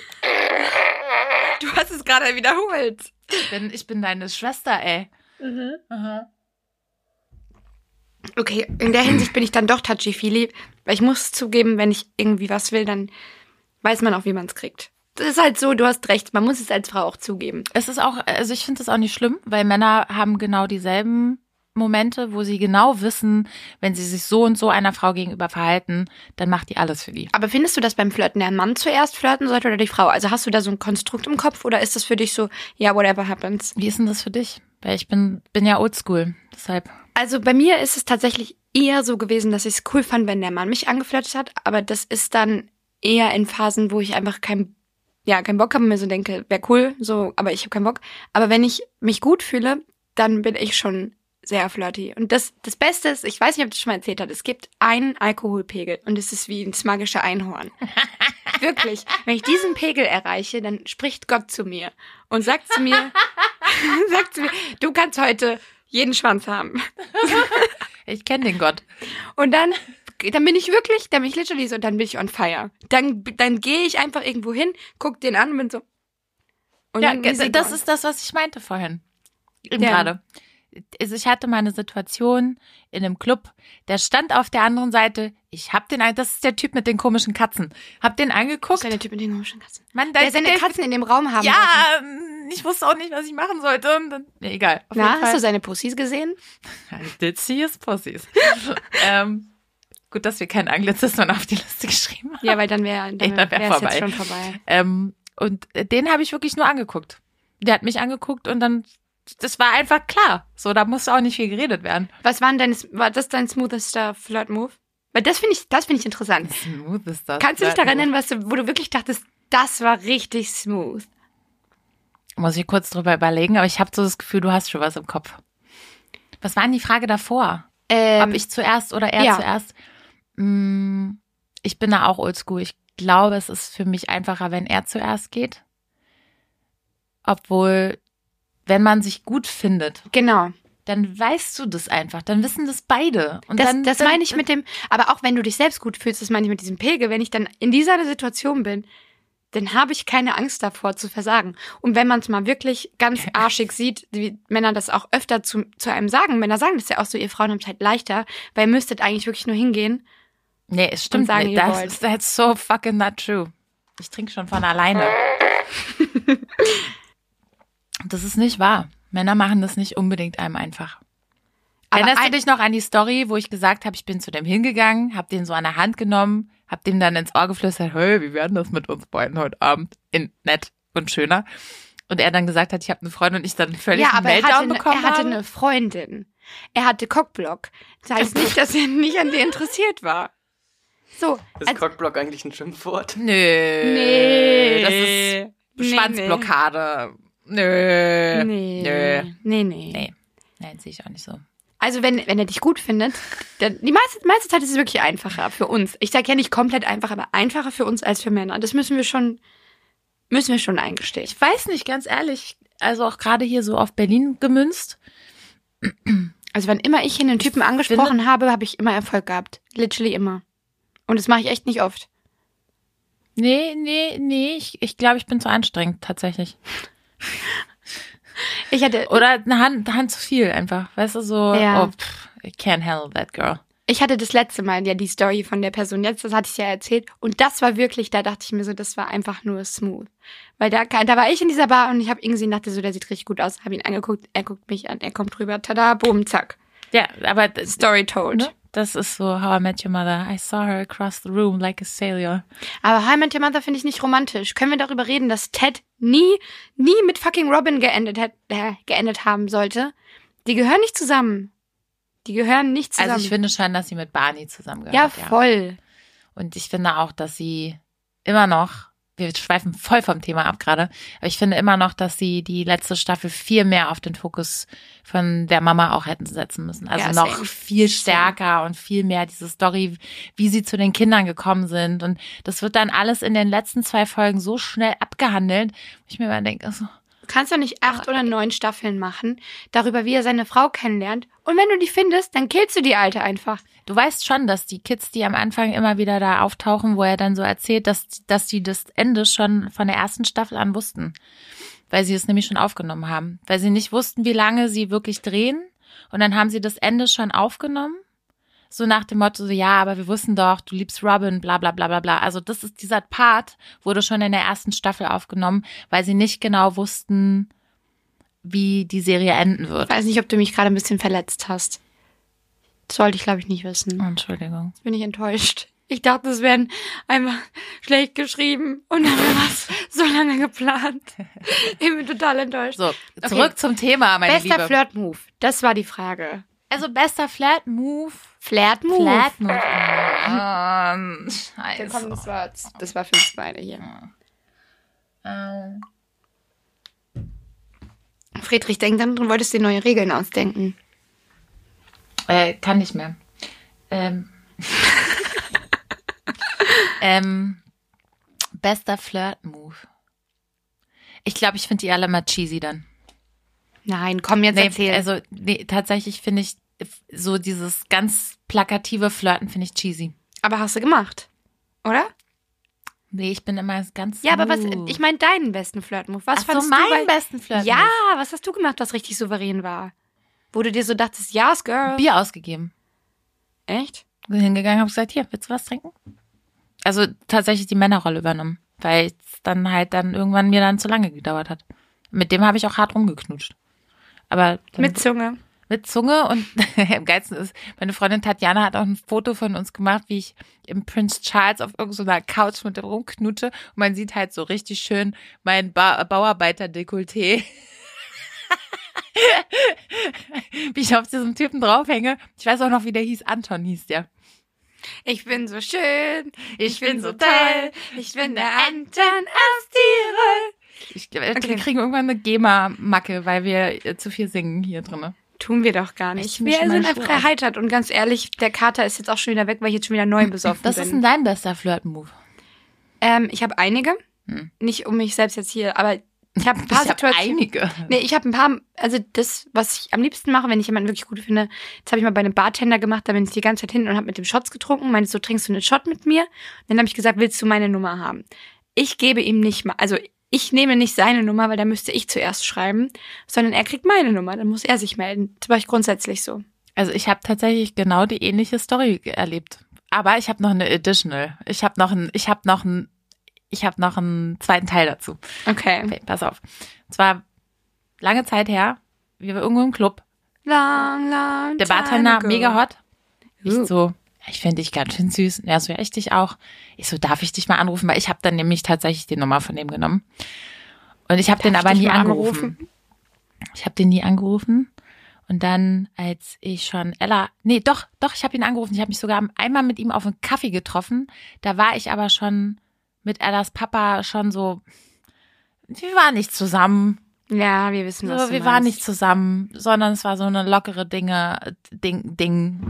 Du hast es gerade wiederholt. ich bin, ich bin deine Schwester, ey. Aha. Okay, in der Hinsicht bin ich dann doch touchy-feely, weil ich muss zugeben, wenn ich irgendwie was will, dann weiß man auch, wie man es kriegt. Das ist halt so, du hast recht, man muss es als Frau auch zugeben. Es ist auch, also ich finde das auch nicht schlimm, weil Männer haben genau dieselben Momente, wo sie genau wissen, wenn sie sich so und so einer Frau gegenüber verhalten, dann macht die alles für die. Aber findest du, dass beim Flirten der Mann zuerst flirten sollte oder die Frau? Also hast du da so ein Konstrukt im Kopf oder ist das für dich so, ja, whatever happens? Wie ist denn das für dich? Weil ich bin, bin ja oldschool, deshalb. Also bei mir ist es tatsächlich eher so gewesen, dass ich es cool fand, wenn der Mann mich angeflirtet hat, aber das ist dann eher in Phasen, wo ich einfach kein, ja, keinen Bock habe und mir so denke, wäre cool, so, aber ich habe keinen Bock. Aber wenn ich mich gut fühle, dann bin ich schon sehr flirty. Und das, das Beste ist, ich weiß nicht, ob du das schon mal erzählt hast, es gibt einen Alkoholpegel und es ist wie das magische Einhorn. Wirklich. Wenn ich diesen Pegel erreiche, dann spricht Gott zu mir und sagt zu mir, sagt zu mir, du kannst heute jeden Schwanz haben. Ich kenne den Gott. Und dann, dann bin ich wirklich, dann bin ich literally so, dann bin ich on fire. Dann, dann gehe ich einfach irgendwo hin, guck den an und bin so. Und Ja, dann das easy das gone. ist das, was ich meinte vorhin. Eben Ja. gerade. Also ich hatte mal eine Situation in einem Club, der stand auf der anderen Seite. Ich hab den, an- das ist der Typ mit den komischen Katzen. Hab den Das angeguckt. ist ja der Typ mit den komischen Katzen. Mann, Der seine der- Katzen in dem Raum haben wollte. Ja, ich wusste auch nicht, was ich machen sollte. Und dann, nee, egal. Auf Na, jeden hast Fall. du seine Pussys gesehen? I did see his pussies. ähm, gut, dass wir keinen Anglizismen auf die Liste geschrieben haben. Ja, weil dann wäre Ey, dann dann wär wär es vorbei. jetzt schon vorbei. Ähm, und den habe ich wirklich nur angeguckt. Der hat mich angeguckt und dann, das war einfach klar. So, da musste auch nicht viel geredet werden. Was war denn dein, war das dein smoothester Flirt-Move? Weil das finde ich, das finde ich interessant. Smooth ist das. Kannst du dich daran erinnern, was du, wo du wirklich dachtest, das war richtig smooth? Muss ich kurz drüber überlegen, aber ich habe so das Gefühl, du hast schon was im Kopf. Was war denn die Frage davor? Ähm, Ob ich zuerst oder er ja. zuerst? Mm, ich bin da auch oldschool. Ich glaube, es ist für mich einfacher, wenn er zuerst geht. Obwohl, wenn man sich gut findet, Genau. dann weißt du das einfach. Dann wissen das beide. Und Das, dann, das dann, meine ich mit dem, aber auch wenn du dich selbst gut fühlst, das meine ich mit diesem Pegel, wenn ich dann in dieser Situation bin, dann habe ich keine Angst davor zu versagen. Und wenn man es mal wirklich ganz arschig sieht, wie Männer das auch öfter zu, zu einem sagen, Männer sagen das ja auch so, ihr Frauen habt es halt leichter, weil ihr müsstet eigentlich wirklich nur hingehen. Nee, es stimmt sagen, nicht. ihr Das wollt. ist that's so fucking not true. Ich trinke schon von alleine. Das ist nicht wahr. Männer machen das nicht unbedingt einem einfach. Aber Erinnerst du ein- dich noch an die Story, wo ich gesagt habe, ich bin zu dem hingegangen, habe den so an der Hand genommen, habe dem dann ins Ohr geflüstert, hey, wie werden das mit uns beiden heute Abend? In nett und schöner. Und er dann gesagt hat, ich habe eine Freundin und ich dann völlig Ja, einen aber er Meltdown hatte, ne- bekommen er hatte habe. eine Freundin. Er hatte Cockblock. Das heißt nicht, dass er nicht an dir interessiert war. So. Ist als- Cockblock eigentlich ein Schimpfwort? Nö. Nee. Das ist Nee, Schwanzblockade. Nö. Nee. Nö. Nee, nee. Nee. Nein, sehe ich auch nicht so. Also wenn, wenn er dich gut findet, dann die meiste, meiste Zeit ist es wirklich einfacher für uns. Ich sage ja nicht komplett einfach, aber einfacher für uns als für Männer. Das müssen wir schon, müssen wir schon eingestehen. Ich weiß nicht, ganz ehrlich. Also auch gerade hier so auf Berlin gemünzt. Also wann immer ich einen Typen angesprochen habe, habe ich immer Erfolg gehabt. Literally immer. Und das mache ich echt nicht oft. Nee, nee, nee. Ich, ich glaube, ich bin zu anstrengend, tatsächlich. Ich hatte, Oder eine Hand, eine Hand zu viel einfach. Weißt du, so, Ja. oh, pff, I can't handle that girl. ich hatte das letzte Mal ja die Story von der Person jetzt, das hatte ich ja erzählt. Und das war wirklich, da dachte ich mir so, das war einfach nur smooth. Weil da, da war ich in dieser Bar und ich habe ihn gesehen, dachte so, der sieht richtig gut aus. Habe ihn angeguckt, er guckt mich an, er kommt rüber, tada, boom, zack. Ja, aber das, Story told. ne? Das ist so How I Met Your Mother. I saw her across the room like a sailor. Aber How I Met Your Mother finde ich nicht romantisch. Können wir darüber reden, dass Ted nie, nie mit fucking Robin geendet, hat, äh, geendet haben sollte? Die gehören nicht zusammen. Die gehören nicht zusammen. Also ich finde schon, dass sie mit Barney zusammengehört. ja, voll. Und ich finde auch, dass sie immer noch wir schweifen voll vom Thema ab gerade, aber ich finde immer noch, dass sie die letzte Staffel viel mehr auf den Fokus von der Mama auch hätten setzen müssen. Also Ja, noch same. viel stärker und viel mehr diese Story, wie sie zu den Kindern gekommen sind. Und das wird dann alles in den letzten zwei Folgen so schnell abgehandelt, wo ich mir immer denke, also, Du kannst doch nicht acht oder neun Staffeln machen, darüber, wie er seine Frau kennenlernt. Und wenn du die findest, dann killst du die Alte einfach. du weißt schon, dass die Kids, die am Anfang immer wieder da auftauchen, wo er dann so erzählt, dass, dass die das Ende schon von der ersten Staffel an wussten. Weil sie es nämlich schon aufgenommen haben. Weil sie nicht wussten, wie lange sie wirklich drehen. Und dann haben sie das Ende schon aufgenommen. So nach dem Motto, so, ja, aber wir wussten doch, du liebst Robin, bla bla bla bla bla. Also das ist, dieser Part wurde schon in der ersten Staffel aufgenommen, weil sie nicht genau wussten, wie die Serie enden wird. Ich weiß nicht, ob du mich gerade ein bisschen verletzt hast. Das sollte ich, glaube ich, nicht wissen. Oh, Entschuldigung. Jetzt bin ich enttäuscht. Ich dachte, es wären einfach schlecht geschrieben und dann war es so lange geplant. Ich bin total enttäuscht. So, zurück Okay. zum Thema, meine Bester Liebe. Flirt-Move. Das war die Frage. Also bester Flirt-Move. Flirt-Move. Flirt-Move. Ähm, Ja, komm, Scheiße. das war, das war für uns beide hier. Ähm, Friedrich, denk dann, du wolltest dir neue Regeln ausdenken. Äh, kann nicht mehr. Ähm. ähm, bester Flirt-Move. Ich glaube, ich finde die alle mal cheesy dann. Nein, komm, jetzt Nee, erzähl. also nee, tatsächlich finde ich so dieses ganz plakative Flirten finde ich cheesy. Aber hast du gemacht, oder? Nee, ich bin immer ganz Ja, aber was, smooth. ich meine deinen besten Flirt-Move. Was Ach so, fandest meinen du bei, besten Flirt-Move. Ja, was hast du gemacht, was richtig souverän war? Wo du dir so dachtest, ja, yes, girl. Bier ausgegeben. Echt? Bin hingegangen, habe gesagt, hier, willst du was trinken? Also tatsächlich die Männerrolle übernommen, weil es dann halt dann irgendwann mir dann zu lange gedauert hat. Mit dem habe ich auch hart rumgeknutscht. Aber dann, Mit Zunge. mit Zunge und am geilsten ist, meine Freundin Tatjana hat auch ein Foto von uns gemacht, wie ich im Prince Charles auf irgendeiner Couch mit dem rumknutsche und man sieht halt so richtig schön mein ba- Bauarbeiter-Dekolleté. Wie ich auf diesem Typen draufhänge. Ich weiß auch noch, wie der hieß. Anton hieß der. Ich bin so schön, Ich bin so toll, ich bin der Anton aus Tirol. Ich, wir Okay. kriegen irgendwann eine GEMA-Macke, weil wir äh, zu viel singen hier drin. Tun wir doch gar Ich nicht. zieh mir Wir schon sind meine einfach Schuhe auf. erheitert und ganz ehrlich, der Kater ist jetzt auch schon wieder weg, weil ich jetzt schon wieder neu besoffen Was bin. ist denn dein bester Flirt-Move? ähm, ich habe einige, Hm. nicht um mich selbst jetzt hier, aber ich habe ein paar Ich habe Situationen. einige. Nee, ich habe ein paar, also das, was ich am liebsten mache, wenn ich jemanden wirklich gut finde, das habe ich mal bei einem Bartender gemacht, da bin ich die ganze Zeit hin und habe mit dem Shots getrunken, meinte so, trinkst du einen Shot mit mir? Und dann habe ich gesagt, willst du meine Nummer haben? Ich gebe ihm nicht mal, also ich nehme nicht seine Nummer, weil da müsste ich zuerst schreiben, sondern er kriegt meine Nummer, dann muss er sich melden. Das mache ich grundsätzlich so. Also ich habe tatsächlich genau die ähnliche Story erlebt. Aber ich habe noch eine Additional. Ich habe noch ein, ich habe noch ein, ich habe noch einen zweiten Teil dazu. Okay. Okay, pass auf. Und zwar lange Zeit her, wir waren irgendwo im Club. Long, long Der time Bartender, ago. mega hot. Ich Uh. so, ich finde dich ganz schön süß. Und er so, ja, ich dich auch. Ich so, darf ich dich mal anrufen? Weil ich habe dann nämlich tatsächlich die Nummer von dem genommen. Und ich habe den Darf ich aber dich nie mal angerufen. anrufen? Ich habe den nie angerufen. Und dann, als ich schon Ella, nee, doch, doch, ich habe ihn angerufen. Ich habe mich sogar einmal mit ihm auf einen Kaffee getroffen. Da war ich aber schon mit Ellas Papa schon so, wir waren nicht zusammen. Ja, wir wissen, was So, du wir meinst. waren nicht zusammen, sondern es war so eine lockere Dinge, Ding, Ding.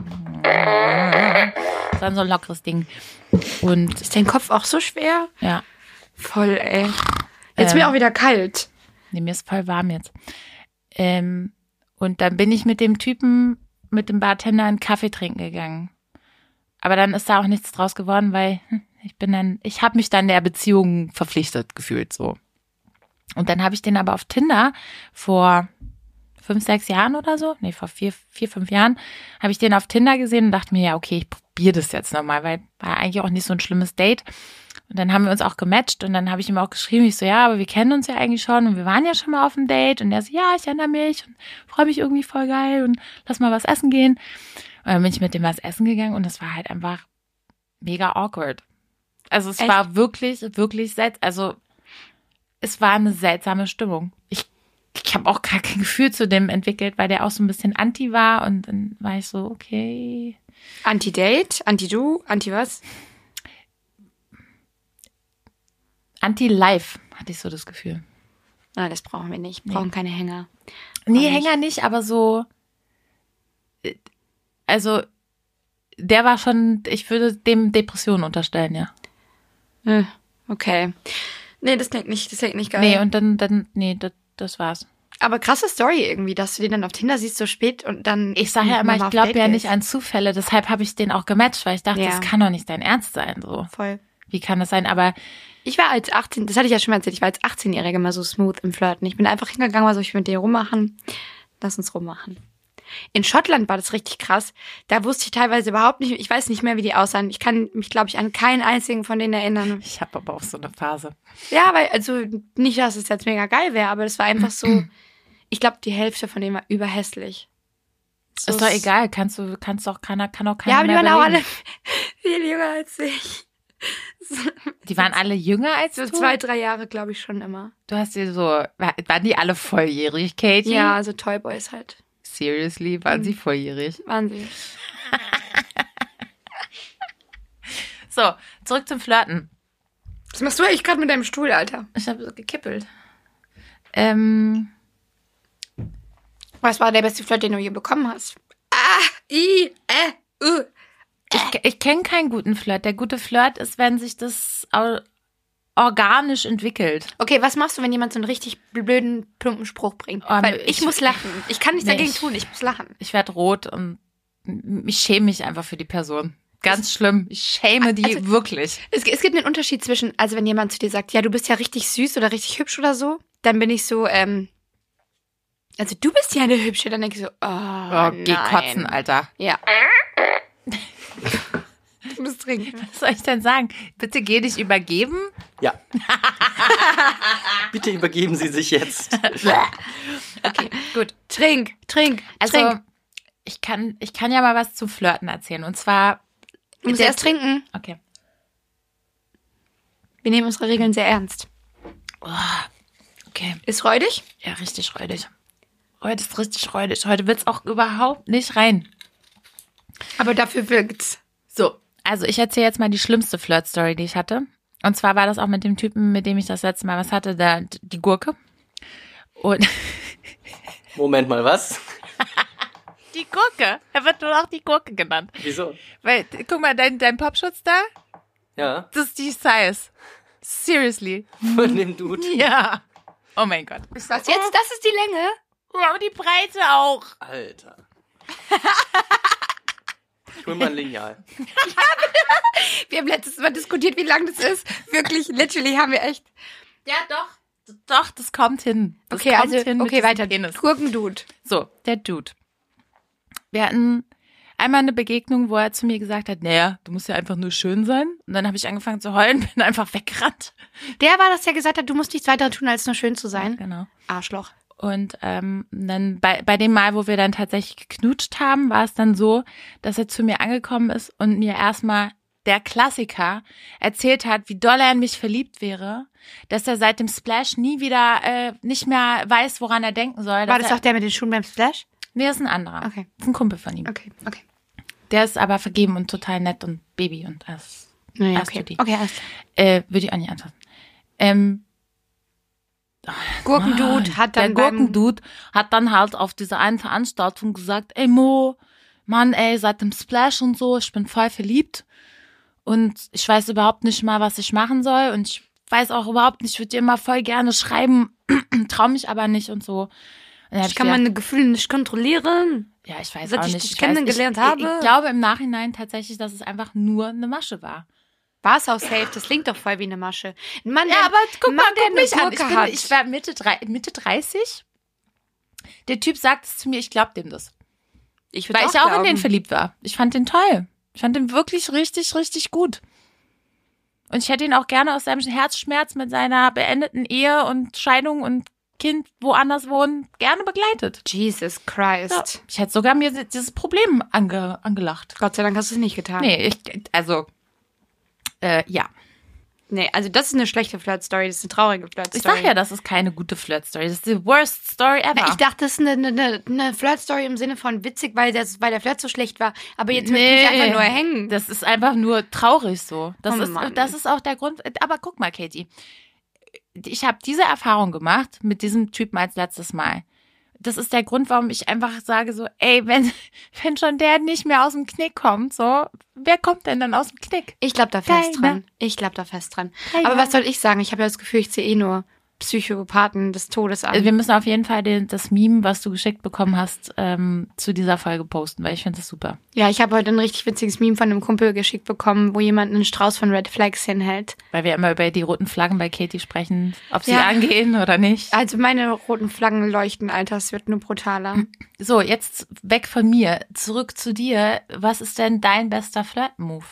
Es war so ein lockeres Ding. Und Ist dein Kopf auch so schwer? ja, Voll, ey. Jetzt Ähm. mir auch wieder kalt. nee, mir ist voll warm jetzt. Ähm, und dann bin ich mit dem Typen, mit dem Bartender einen Kaffee trinken gegangen. Aber dann ist da auch nichts draus geworden, weil hm, ich bin dann, ich habe mich dann der Beziehung verpflichtet gefühlt so. Und dann habe ich den aber auf Tinder vor fünf, sechs Jahren oder so, nee, vor vier, vier, fünf Jahren, habe ich den auf Tinder gesehen und dachte mir, ja, okay, ich probiere das jetzt nochmal, weil war eigentlich auch nicht so ein schlimmes Date. Und dann haben wir uns auch gematcht und dann habe ich ihm auch geschrieben, ich so, ja, aber wir kennen uns ja eigentlich schon und wir waren ja schon mal auf dem Date. Und er so, ja, ich erinnere mich und freue mich irgendwie voll geil und lass mal was essen gehen. Und dann bin ich mit dem was essen gegangen und das war halt einfach mega awkward. Also es Echt? war wirklich, wirklich seltsam, also es war eine seltsame Stimmung. Ich, ich habe auch gar kein Gefühl zu dem entwickelt, weil der auch so ein bisschen anti war und dann war ich so, okay. Anti-Date, Anti-Du, Anti-was? Anti-Life, hatte ich so das Gefühl. Na, das brauchen wir nicht. Wir brauchen Nee. keine Hänger. Nee, nicht. Hänger nicht, aber so, äh, also, der war schon, ich würde dem Depressionen unterstellen, ja. Äh, Okay. Nee, das klingt nicht, das klingt nicht geil. Nee, und dann, dann, nee, das, das war's. Aber krasse Story irgendwie, dass du den dann auf Tinder siehst so spät und dann... Ich sage ja mit immer, Mama ich auf glaube Date ja gehst. nicht an Zufälle, deshalb habe ich den auch gematcht, weil ich dachte, Ja. das kann doch nicht dein Ernst sein, so. Voll. Wie kann das sein? Aber Ich war als achtzehn, das hatte ich ja schon mal erzählt, ich war als achtzehnjährige mal so smooth im Flirten. Ich bin einfach hingegangen, war so, ich will mit dir rummachen. Lass uns rummachen. In Schottland war das richtig krass. Da wusste ich teilweise überhaupt nicht, ich weiß nicht mehr, wie die aussahen. Ich kann mich, glaube ich, an keinen einzigen von denen erinnern. ich habe aber auch so eine Phase. Ja, weil, also nicht, dass es jetzt mega geil wäre, aber das war einfach so, ich glaube, die Hälfte von denen war überhässlich. So Ist doch egal, kannst du, kannst doch keiner, kann auch keiner Ja, aber die mehr waren auch alle belegen. viel jünger als ich. Die waren alle jünger als So du? zwei, drei Jahre, glaube ich, schon immer. Du hast dir so, war- waren die alle volljährig, Katie? Ja, also Toyboys halt. Seriously, waren sie volljährig? Waren sie. So, zurück zum Flirten. Was machst du eigentlich gerade mit deinem Stuhl, Alter? Ich habe so gekippelt. Ähm, Was war der beste Flirt, den du je bekommen hast? Ah, i, äh, uh. ich ich kenne keinen guten Flirt. Der gute Flirt ist, wenn sich das au- organisch entwickelt. Okay, was machst du, wenn jemand so einen richtig blöden, plumpen Spruch bringt? Oh, Weil ich- ich muss lachen. Ich kann nichts Nee, dagegen ich- tun, ich muss lachen. Ich werde rot und ich schäme mich einfach für die Person. Ganz schlimm. Ich schäme die Also- wirklich. Es, es gibt einen Unterschied zwischen, also wenn jemand zu dir sagt, ja, du bist ja richtig süß oder richtig hübsch oder so, dann bin ich so, ähm, also du bist ja eine hübsche, dann denke ich so, oh, Oh, geh nein. kotzen, Alter. Ja. Du musst trinken. Was soll ich denn sagen? Bitte geh dich übergeben. Ja. Bitte übergeben Sie sich jetzt. Okay, gut. Trink, trink, Also, trink. ich kann, ich kann ja mal was zum Flirten erzählen. Und zwar. Du musst der- erst trinken. Okay. Wir nehmen unsere Regeln sehr ernst. Okay. Ist räudig? Ja, richtig räudig. Heute ist richtig räudig. Heute wird's auch überhaupt nicht rein. Aber dafür wirkt's. So, also ich erzähle jetzt mal die schlimmste Flirt-Story, die ich hatte. Und zwar war das auch mit dem Typen, mit dem ich das letzte Mal was hatte, da, die Gurke. Und Moment mal, was? die Gurke. Er wird nur noch die Gurke genannt. Wieso? Weil, guck mal, dein, dein Popschutz da, Ja, das ist die Size. Seriously. von dem Dude. Ja. Oh mein Gott. Was jetzt? Das ist die Länge? Ja, und die Breite auch. Alter. Ich hol mal ein Lineal. Wir haben letztes Mal diskutiert, wie lang das ist. Wirklich, literally haben wir echt. Ja, doch. Doch, das kommt hin. Das Okay, kommt also, hin mit okay, diesem weiter. Penis. Gurkendude. So, der Dude. Wir hatten einmal eine Begegnung, wo er zu mir gesagt hat, naja, du musst ja einfach nur schön sein. Und dann habe ich angefangen zu heulen, bin einfach weggerannt. Der war das, der gesagt hat, du musst nichts weiter tun, als nur schön zu sein. Genau. Arschloch. Und ähm, dann bei, bei dem Mal, wo wir dann tatsächlich geknutscht haben, war es dann so, dass er zu mir angekommen ist und mir erstmal der Klassiker erzählt hat, wie doll er in mich verliebt wäre, dass er seit dem Splash nie wieder äh, nicht mehr weiß, woran er denken soll. War dass das er, auch der mit den Schuhen beim Splash? Nee, das ist ein anderer. Okay. Das ist ein Kumpel von ihm. Okay, okay. Der ist aber vergeben und total nett und Baby und alles. Naja, alles okay. tutti. Okay, alles klar. Äh, würde ich auch nicht anfassen. Ähm, Gurkendude hat der dann beim- Gurkendude hat dann halt auf dieser einen Veranstaltung gesagt, ey Mo, Mann, ey, seit dem Splash und so, ich bin voll verliebt und ich weiß überhaupt nicht mal, was ich machen soll und ich weiß auch überhaupt nicht, ich würde dir immer voll gerne schreiben, trau mich aber nicht und so. Und dann hab Ich kann gedacht, meine Gefühle nicht kontrollieren. ja, ich weiß seit auch ich nicht. dich Ich weiß- kennengelernt ich, habe. Ich, ich glaube im Nachhinein tatsächlich, dass es einfach nur eine Masche war. War es auch safe, das klingt doch voll wie eine Masche. Ein Mann, Ja, der, aber guck ein mal, Mann, der guck mich eine an. Ich, Gurke bin, hat. ich war Mitte, drei, Mitte dreißig. Der Typ sagt es zu mir, ich glaub dem das. ich würd Weil ich auch glauben. in den verliebt war. Ich fand den toll. Ich fand den wirklich richtig, richtig gut. Und ich hätte ihn auch gerne aus seinem Herzschmerz mit seiner beendeten Ehe und Scheidung und Kind woanders wohnen gerne begleitet. Jesus Christ. Ja. Ich hätte sogar mir dieses Problem ange, angelacht. Gott sei Dank hast du es nicht getan. Nee, ich, also, äh, ja. Nee, also das ist eine schlechte Flirt-Story, das ist eine traurige Flirt-Story. Ich sag ja, das ist keine gute Flirt-Story. Das ist die worst Story ever. Na, ich dachte, das ist eine, eine, eine Flirt-Story im Sinne von witzig, weil, das, weil der Flirt so schlecht war. Aber jetzt möchte ich einfach nur hängen. Das ist einfach nur traurig so. Das, Oh ist, Mann. das ist auch der Grund. Aber guck mal, Katie. ich habe diese Erfahrung gemacht mit diesem Typen als letztes Mal. Das ist der Grund, warum ich einfach sage so, ey, wenn, wenn schon der nicht mehr aus dem Knick kommt, so, wer kommt denn dann aus dem Knick? Ich glaube da fest Keiner. dran. Ich glaube da fest dran. Keiner. Aber was soll ich sagen? Ich habe ja das Gefühl, ich ziehe eh nur Psychopathen des Todes an. Also wir müssen auf jeden Fall den, das Meme, was du geschickt bekommen hast, ähm, zu dieser Folge posten, weil ich finde das super. Ja, ich habe heute ein richtig witziges Meme von einem Kumpel geschickt bekommen, wo jemand einen Strauß von Red Flags hinhält. Weil wir immer über die roten Flaggen bei Katie sprechen, ob sie Ja. angehen oder nicht. Also meine roten Flaggen leuchten, Alter, es wird nur brutaler. So, jetzt weg von mir, zurück zu dir. Was ist denn dein bester Flirt-Move?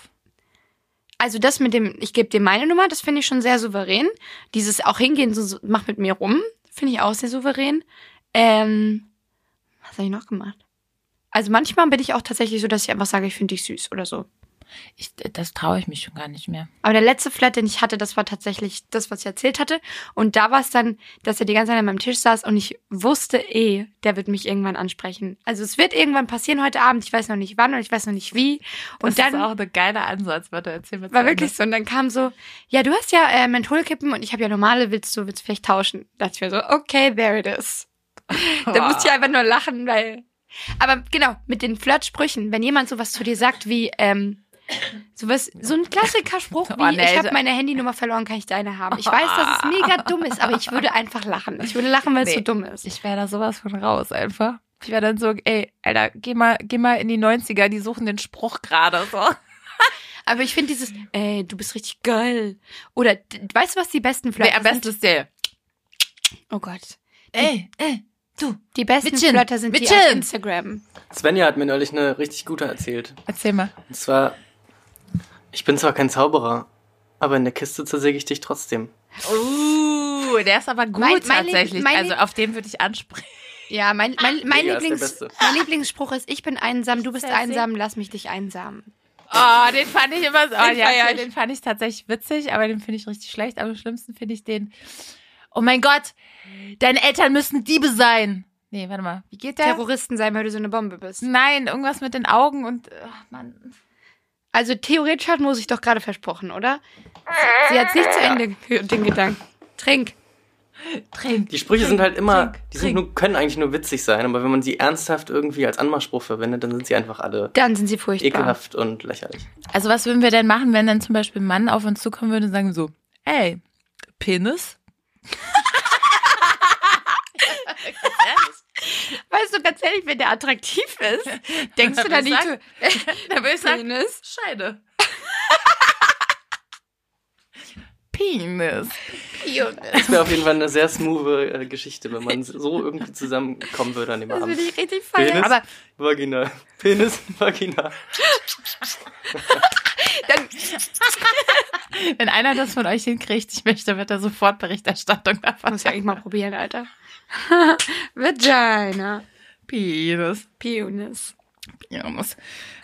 Also das mit dem, ich gebe dir meine Nummer, das finde ich schon sehr souverän. Dieses auch hingehen, so, so mach mit mir rum, finde ich auch sehr souverän. Ähm, was habe ich noch gemacht? Also manchmal bin ich auch tatsächlich so, dass ich einfach sage, ich finde dich süß oder so. Ich, das traue ich mich schon gar nicht mehr. Aber der letzte Flirt, den ich hatte, das war tatsächlich das, was ich erzählt hatte. Und da war es dann, dass er die ganze Zeit an meinem Tisch saß und ich wusste eh, der wird mich irgendwann ansprechen. Also es wird irgendwann passieren heute Abend. Ich weiß noch nicht wann und ich weiß noch nicht wie. Und Das dann ist auch ein geiler Ansatz, warte, erzähl mir. war wirklich so. Und dann kam so, ja, du hast ja äh, Mentholkippen und ich habe ja normale, willst du, willst du vielleicht tauschen? Da dachte ich mir so, okay, there it is. Da musste ich einfach nur lachen, weil... Aber genau, mit den Flirtsprüchen, wenn jemand sowas zu dir sagt wie, ähm, sowas, so ein Klassiker-Spruch wie, Oh, nee, ich habe also- meine Handynummer verloren, kann ich deine haben? Ich weiß, dass es mega dumm ist, aber ich würde einfach lachen. Ich würde lachen, weil es Nee. so dumm ist. Ich wäre da sowas von raus einfach. Ich wäre dann so, ey, Alter, geh mal, geh mal in die neunziger, die suchen den Spruch gerade so. Aber ich finde dieses, ey, du bist richtig geil. Oder, d- weißt du, was die besten Wer Flirter am besten sind? ist der. Oh Gott. Ey, ey, du. Die besten Mädchen, Flirter sind die Mädchen. auf Instagram. Svenja hat mir neulich eine richtig gute erzählt. Erzähl mal. Und zwar, ich bin zwar kein Zauberer, aber in der Kiste zersäge ich dich trotzdem. Uh, der ist aber gut Mein- mein tatsächlich. Lieb- mein also Lieb- auf den würde ich ansprechen. Ja, mein, mein, mein, Mega, ist der Lieblings, Beste. mein Lieblingsspruch ist, ich bin einsam, du bist Sehr einsam, lass mich dich einsam. Oh, den fand ich immer so. Oh, Den ja, feier ja, ich. den fand ich tatsächlich witzig, aber den finde ich richtig schlecht. Am schlimmsten finde ich den. Oh mein Gott, deine Eltern müssen Diebe sein. Nee, warte mal. Wie geht der? Terroristen sein, weil du so eine Bombe bist. Nein, irgendwas mit den Augen und. Ach, Mann. Also theoretisch hat Mo sich doch gerade versprochen, oder? Sie hat nicht zu Ende geführt, den Gedanken. Trink. Trink. Die Sprüche sind halt immer, trink, die sind nur, können eigentlich nur witzig sein, aber wenn man sie ernsthaft irgendwie als Anmachspruch verwendet, dann sind sie einfach alle Dann sind sie furchtbar. ekelhaft und lächerlich. Also, was würden wir denn machen, wenn dann zum Beispiel ein Mann auf uns zukommen würde und sagen so: Ey, Penis? Weißt du, ganz ehrlich, wenn der attraktiv ist, denkst du da würde ich nicht sagen- so, Da würde ich sagen: Penis? Scheide. Penis. Das wäre auf jeden Fall eine sehr smooth äh, Geschichte, wenn man so irgendwie zusammenkommen würde an dem Das Abend. würde ich richtig feiern. Penis, Aber Vagina. Penis, Vagina. dann, Wenn einer das von euch hinkriegt, ich möchte bitte sofort Berichterstattung davon. muss ich eigentlich mal probieren, Alter. Vagina. Penis. Penis. Penis.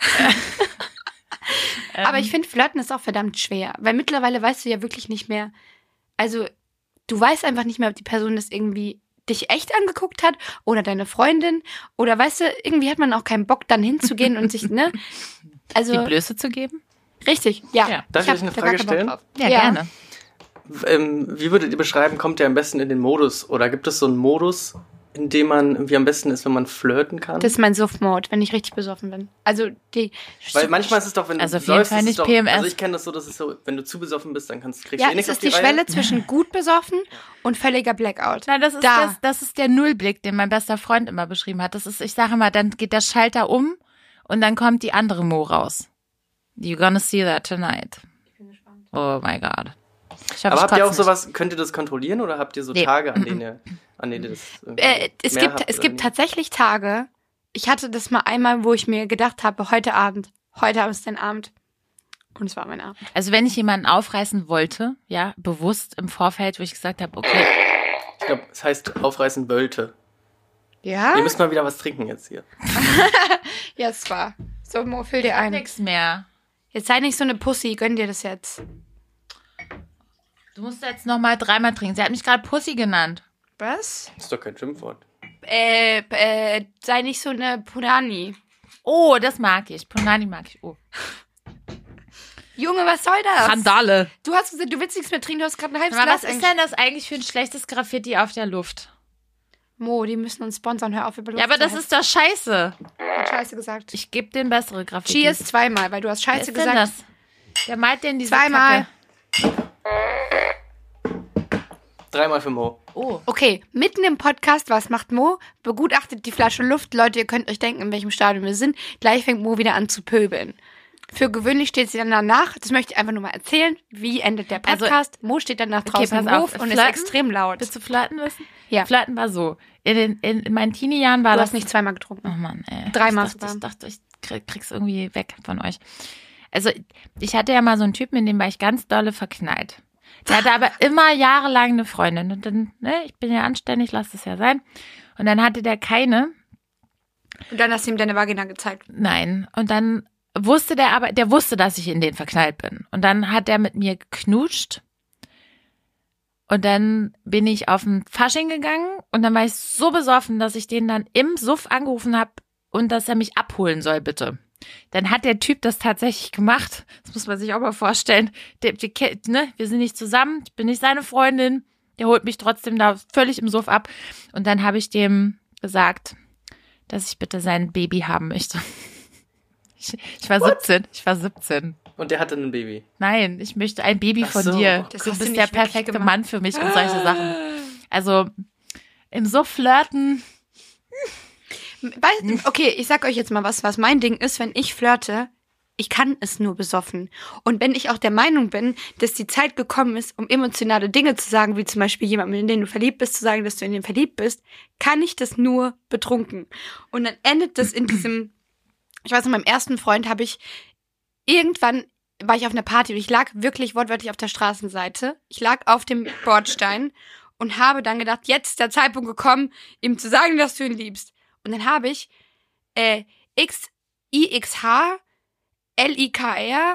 Aber ich finde, Flirten ist auch verdammt schwer, weil mittlerweile weißt du ja wirklich nicht mehr, also du weißt einfach nicht mehr, ob die Person das irgendwie dich echt angeguckt hat oder deine Freundin oder weißt du, irgendwie hat man auch keinen Bock dann hinzugehen und sich, ne? Also, Die Blöße zu geben? richtig, ja. Ja. Darf ich hab euch eine da Frage gar keinen Bock stellen? drauf. Ja, gerne. Ähm, wie würdet ihr beschreiben, kommt ihr am besten in den Modus? Oder gibt es so einen Modus, in dem man irgendwie am besten ist, wenn man flirten kann? Das ist mein Suff-Mode, wenn ich richtig besoffen bin. Also die. Weil manchmal ist es doch, wenn du Also auf jeden säufst, Fall ist es nicht doch, P M S. Also ich kenne das so, dass es so, wenn du zu besoffen bist, dann kannst, kriegst Ja, du eh es nichts auf ist die die Reihe. Schwelle zwischen gut besoffen und völliger Blackout. Na, das ist, Da. das, das ist der Nullblick, den mein bester Freund immer beschrieben hat. Das ist, ich sage immer, dann geht der Schalter um und dann kommt die andere Mo raus. You're gonna see that tonight. Oh my God. Ich hoffe, Aber ich habt ihr auch kotze sowas, könnt ihr das kontrollieren oder habt ihr so Nee. Tage, an denen ihr, an denen ihr das irgendwie Äh, es mehr gibt, habt es oder gibt nicht? tatsächlich Tage. Ich hatte das mal einmal, wo ich mir gedacht habe, heute Abend, heute ist dein Abend. Und es war mein Abend. nicht. Also wenn ich jemanden aufreißen wollte, ja, bewusst im Vorfeld, wo ich gesagt habe, okay, Ich glaube, es heißt aufreißen wollte. Ja? Ihr müsst mal wieder was trinken jetzt hier. Ja, es war. So, Mo, füll dir ein. nix mehr. Jetzt sei nicht so eine Pussy, gönn dir das jetzt. Du musst jetzt noch mal dreimal trinken. Sie hat mich gerade Pussy genannt. Was? Das ist doch kein Schimpfwort. Äh, äh, sei nicht so eine Punani. Oh, das mag ich. Punani mag ich. Oh. Junge, was soll das? Randale. Du hast gesagt, du willst nichts mehr trinken, du hast gerade ein halbes Aber Glas. was ist denn das eigentlich für ein schlechtes Graffiti auf der Luft? Mo, die müssen uns sponsern, hör auf über Luft Ja, aber zu das heißen. ist doch scheiße. Hat Scheiße gesagt. Ich gebe den bessere Graffiti. Cheers zweimal, weil du hast Wer Scheiße ist denn gesagt. das? Der malt denn diese Zweimal. Kacke. Dreimal für Mo. Oh. Okay, mitten im Podcast, was macht Mo? Begutachtet die Flasche Luft. Leute, ihr könnt euch denken, in welchem Stadium wir sind. Gleich fängt Mo wieder an zu pöbeln. Für gewöhnlich steht sie dann danach, das möchte ich einfach nur mal erzählen, wie endet der Also- Podcast. Mo steht dann nach Okay, draußen pass im auf. Hof und ist Flirten? extrem laut. Willst du flirten wissen? Ja. Flirten war so. In, den, in, in meinen Teenie-Jahren war Du das... hast nicht zweimal getrunken. Oh Mann, ey. Dreimal Ich dachte, sogar. ich, dachte, ich krieg, krieg's irgendwie weg von euch. Also, ich hatte ja mal so einen Typen, in dem war ich ganz dolle verknallt. Der hatte aber immer jahrelang eine Freundin. Und dann, ne, ich bin ja anständig, lass das ja sein. Und dann hatte der keine. Und dann hast du ihm deine Vagina gezeigt. Nein. Und dann wusste der aber, der wusste, dass ich in den verknallt bin. Und dann hat der mit mir geknutscht. Und dann bin ich auf ein Fasching gegangen und dann war ich so besoffen, dass ich den dann im Suff angerufen habe und dass er mich abholen soll, bitte. Dann hat der Typ das tatsächlich gemacht. Das muss man sich auch mal vorstellen. Der, der, ne, wir sind nicht zusammen, ich bin nicht seine Freundin. Der holt mich trotzdem da völlig im Suff ab. Und dann habe ich dem gesagt, dass ich bitte sein Baby haben möchte. Ich, ich war siebzehn. Ich war siebzehn. Und der hatte ein Baby. Nein, ich möchte ein Baby Ach von so. dir. Das Du hast du bist nicht der wirklich perfekte gemacht. Mann für mich und solche Sachen. Also im Suff flirten. Weißt, okay, ich sag euch jetzt mal was, was mein Ding ist, wenn ich flirte, ich kann es nur besoffen. Und wenn ich auch der Meinung bin, dass die Zeit gekommen ist, um emotionale Dinge zu sagen, wie zum Beispiel jemandem, in den du verliebt bist, zu sagen, dass du in den verliebt bist, kann ich das nur betrunken. Und dann endet das in diesem, ich weiß noch, meinem ersten Freund habe ich, irgendwann war ich auf einer Party und ich lag wirklich wortwörtlich auf der Straßenseite. Ich lag auf dem Bordstein und habe dann gedacht, jetzt ist der Zeitpunkt gekommen, ihm zu sagen, dass du ihn liebst. Und dann habe ich äh, X I X H L I K R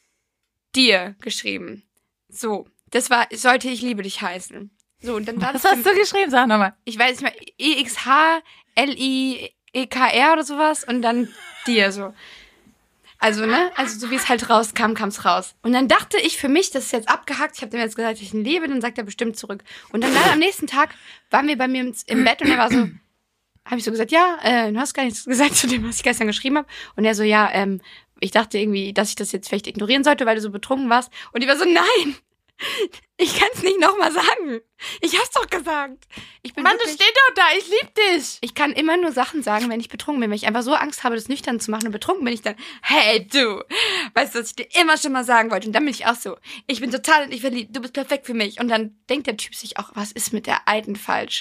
dir geschrieben. So, das war, sollte ich liebe dich heißen. So, und dann war Was das hast du geschrieben? Sag nochmal. ich weiß nicht mehr, E X H L I E K R oder sowas und dann dir so. Also, ne? Also, so wie es halt rauskam, kam es raus. Und dann dachte ich für mich, das ist jetzt abgehakt. Ich habe dem jetzt gesagt, ich ihn liebe, dann sagt er bestimmt zurück. Und dann, dann am nächsten Tag waren wir bei mir im, im Bett und er war so, habe ich so gesagt, ja, äh, du hast gar nichts gesagt zu dem, was ich gestern geschrieben habe. Und er so, ja, ähm, ich dachte irgendwie, dass ich das jetzt vielleicht ignorieren sollte, weil du so betrunken warst. Und ich war so, nein, ich kann es nicht nochmal sagen. Ich hab's doch gesagt. Ich bin Mann, du wirklich, stehst doch da, ich lieb dich. ich kann immer nur Sachen sagen, wenn ich betrunken bin. Wenn ich einfach so Angst habe, das nüchtern zu machen und betrunken bin ich dann, hey du, weißt du, was ich dir immer schon mal sagen wollte? Und dann bin ich auch so, ich bin total in dich verliebt, du bist perfekt für mich. Und dann denkt der Typ sich auch, was ist mit der Alten falsch?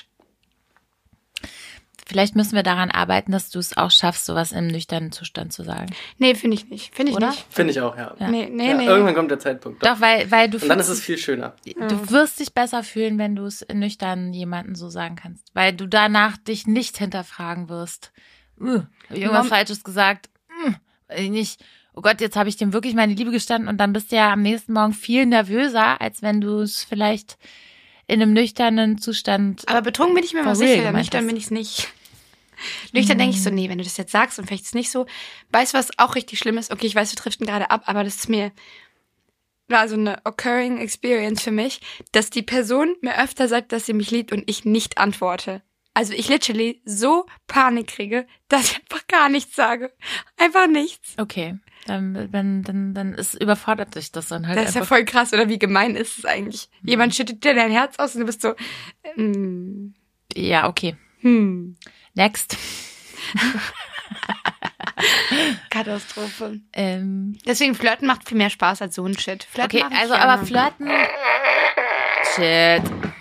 Vielleicht müssen wir daran arbeiten, dass du es auch schaffst, sowas im nüchternen Zustand zu sagen. Nee, finde ich nicht. Finde ich Oder? nicht. Finde ich auch, ja. Ja. Nee, nee, ja nee. Irgendwann kommt der Zeitpunkt. Doch, weil, weil du Und dann ist fühlst- es viel schöner. Du wirst dich besser fühlen, wenn du es nüchtern jemanden so sagen kannst. Weil du danach dich nicht hinterfragen wirst. Uh, hab ich irgendwas Mom- Falsches gesagt? Uh, weiß ich nicht. Oh Gott, jetzt habe ich dem wirklich meine Liebe gestanden und dann bist du ja am nächsten Morgen viel nervöser, als wenn du es vielleicht in einem nüchternen Zustand. Aber betrunken bin ich mir mal For real sicher, gemeint nüchtern hast. bin ich es nicht. Nüchtern denke ich so, nee, wenn du das jetzt sagst und vielleicht ist es nicht so. Weißt du, was auch richtig schlimm ist? Okay, ich weiß, wir driften gerade ab, aber das ist mir, war so eine occurring experience für mich, dass die Person mir öfter sagt, dass sie mich liebt und ich nicht antworte. Also ich literally so Panik kriege, dass ich einfach gar nichts sage. Einfach nichts. Okay, dann, dann, dann, dann ist, überfordert dich das dann halt Das ist ja einfach. voll krass, oder wie gemein ist es eigentlich? Jemand schüttet dir dein Herz aus und du bist so, mm, Ja, okay. hm, Next. Katastrophe. Ähm, Deswegen Flirten macht viel mehr Spaß als so ein Shit. Flirten okay, mache ich also gerne. aber Flirten. Shit.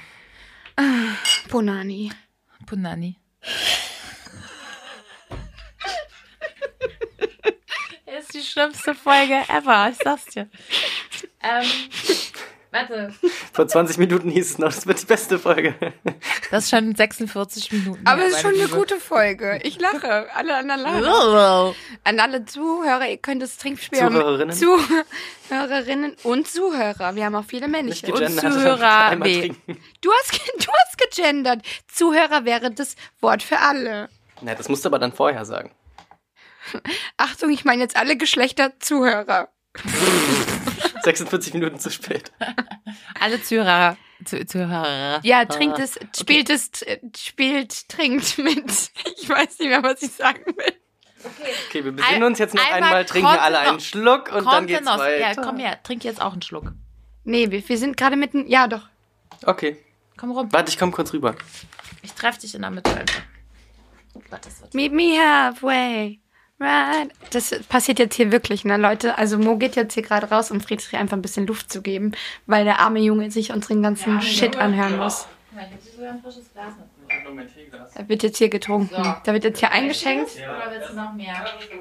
Ponani. Punani. Das ist die schlimmste Folge ever, ich sag's dir. Ähm, warte. Vor zwanzig Minuten hieß es noch, das wird die beste Folge. Das ist schon sechsundvierzig Minuten. Aber her, es ist meine schon eine Liebe. gute Folge. Ich lache. Alle anderen lachen. Oh. An alle Zuhörer, ihr könnt das Trinkspiel Zuhörerinnen. Zuhörerinnen und Zuhörer. Wir haben auch viele Nicht männliche. gegendert, Und sondern Zuhörer einmal B. trinken. Du hast, ge- du hast gegendert. Zuhörer wäre das Wort für alle. Na, das musst du aber dann vorher sagen. Achtung, ich meine jetzt alle Geschlechter Zuhörer. sechsundvierzig Minuten zu spät. Alle Zuhörer. Zu, Zuhörer. Ja, trinkt es, spielt es, äh, spielt, trinkt mit. Ich weiß nicht mehr, was ich sagen will. Okay, wir besinnen uns jetzt noch Einmal einmal, trinken Conte alle einen noch- Schluck und dann geht's Kontenance. weiter. Ja, komm her, trink jetzt auch einen Schluck. Nee, wir, wir sind gerade mitten, ja doch. Okay, Komm rum. warte, ich komm kurz rüber. Ich treffe dich in der Mitte einfach. Oh Gott, das wird Meet me halfway. Right. Das passiert jetzt hier wirklich, ne, Leute? Also Mo geht jetzt hier gerade raus, um Friedrich einfach ein bisschen Luft zu geben, weil der arme Junge sich unseren ganzen Shit anhören muss. Ja, ich hab dir sogar ein frisches Glas mit. Da wird jetzt hier getrunken. So. Da wird jetzt hier eingeschenkt. Oder willst du noch mehr?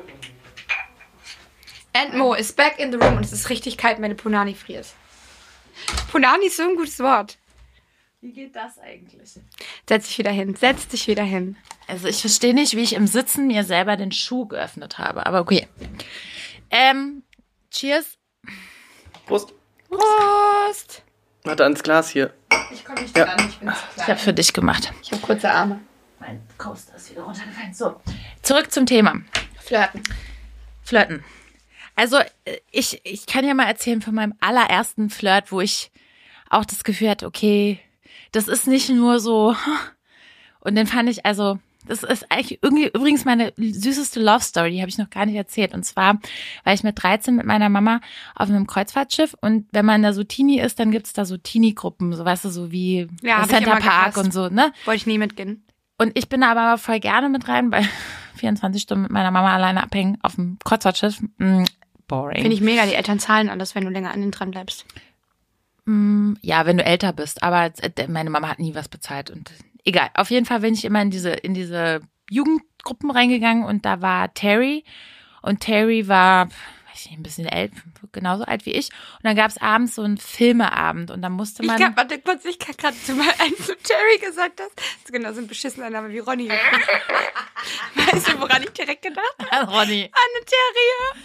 And Mo is back in the room und es ist richtig kalt, meine Punani friert. Punani ist so ein gutes Wort. Wie geht das eigentlich? Setz dich wieder hin, setz dich wieder hin. Also ich verstehe nicht, wie ich im Sitzen mir selber den Schuh geöffnet habe, aber okay. Ähm, cheers. Prost. Prost! Warte, ans Glas hier. Ich komme nicht Ja. dran, ich bin zu Ich klein. habe für dich gemacht. Ich habe kurze Arme. Mein Coaster ist wieder runtergefallen. So, zurück zum Thema. Flirten. Flirten. Also äh, ich, ich kann ja mal erzählen von meinem allerersten Flirt, wo ich auch das Gefühl hatte, okay, das ist nicht nur so. Und dann fand ich, also, das ist eigentlich irgendwie übrigens meine süßeste Love Story, die habe ich noch gar nicht erzählt. Und zwar war ich mit dreizehn mit meiner Mama auf einem Kreuzfahrtschiff und wenn man da so Teenie ist, dann gibt's da so Teenie-Gruppen, so weißt du, so wie Ja, hab ich Center immer Park gehasst. und so, ne? Wollte ich nie mitgehen. Und ich bin da aber voll gerne mit rein, weil vierundzwanzig Stunden mit meiner Mama alleine abhängen auf dem Kreuzfahrtschiff, mh, boring. Finde ich mega, die Eltern zahlen alles, wenn du länger an den dran bleibst. Ja, wenn du älter bist, aber äh, meine Mama hat nie was bezahlt und egal. Auf jeden Fall bin ich immer in diese in diese Jugendgruppen reingegangen und da war Terry und Terry war, weiß ich nicht, ein bisschen älter, genauso alt wie ich und dann gab es abends so einen Filmeabend und dann musste Ich man kann, warte kurz, ich kann gerade zu mal einen zu Terry gesagt hast. Das ist genau so ein beschissener Name wie Ronny. Weißt du, woran ich direkt gedacht habe? Ronny. Eine Terrier.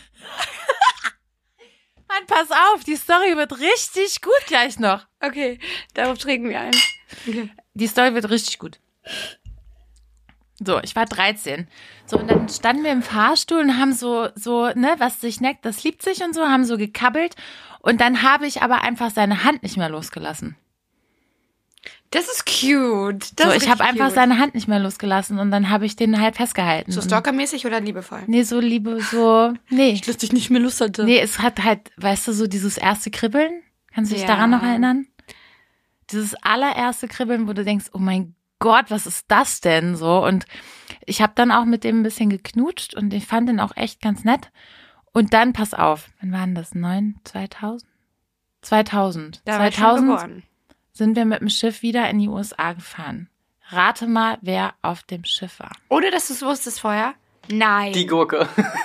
Mann, pass auf, die Story wird richtig gut gleich noch. Okay, darauf trinken wir ein. Okay. Die Story wird richtig gut. So, ich war dreizehn. So, und dann standen wir im Fahrstuhl und haben so, so, ne, was sich neckt, das liebt sich und so, haben so gekabbelt. Und dann habe ich aber einfach seine Hand nicht mehr losgelassen. Das ist cute. Das So, ist ich habe richtig einfach cute. seine Hand nicht mehr losgelassen und dann habe ich den halt festgehalten. So stalkermäßig oder liebevoll? Nee, so liebe, so, nee. dass ich nicht mehr Lust hatte. Nee, es hat halt, weißt du, so dieses erste Kribbeln. Kannst du dich Ja. daran noch erinnern? Dieses allererste Kribbeln, wo du denkst, oh mein Gott, was ist das denn so? Und ich habe dann auch mit dem ein bisschen geknutscht und ich fand den auch echt ganz nett. Und dann, pass auf, wann waren das? Neun? zweitausend? zweitausend. Da war ich schon zweitausend geboren. sind wir mit dem Schiff wieder in die U S A gefahren. Rate mal, wer auf dem Schiff war. Oder dass du es wusstest vorher? Nein. Die Gurke.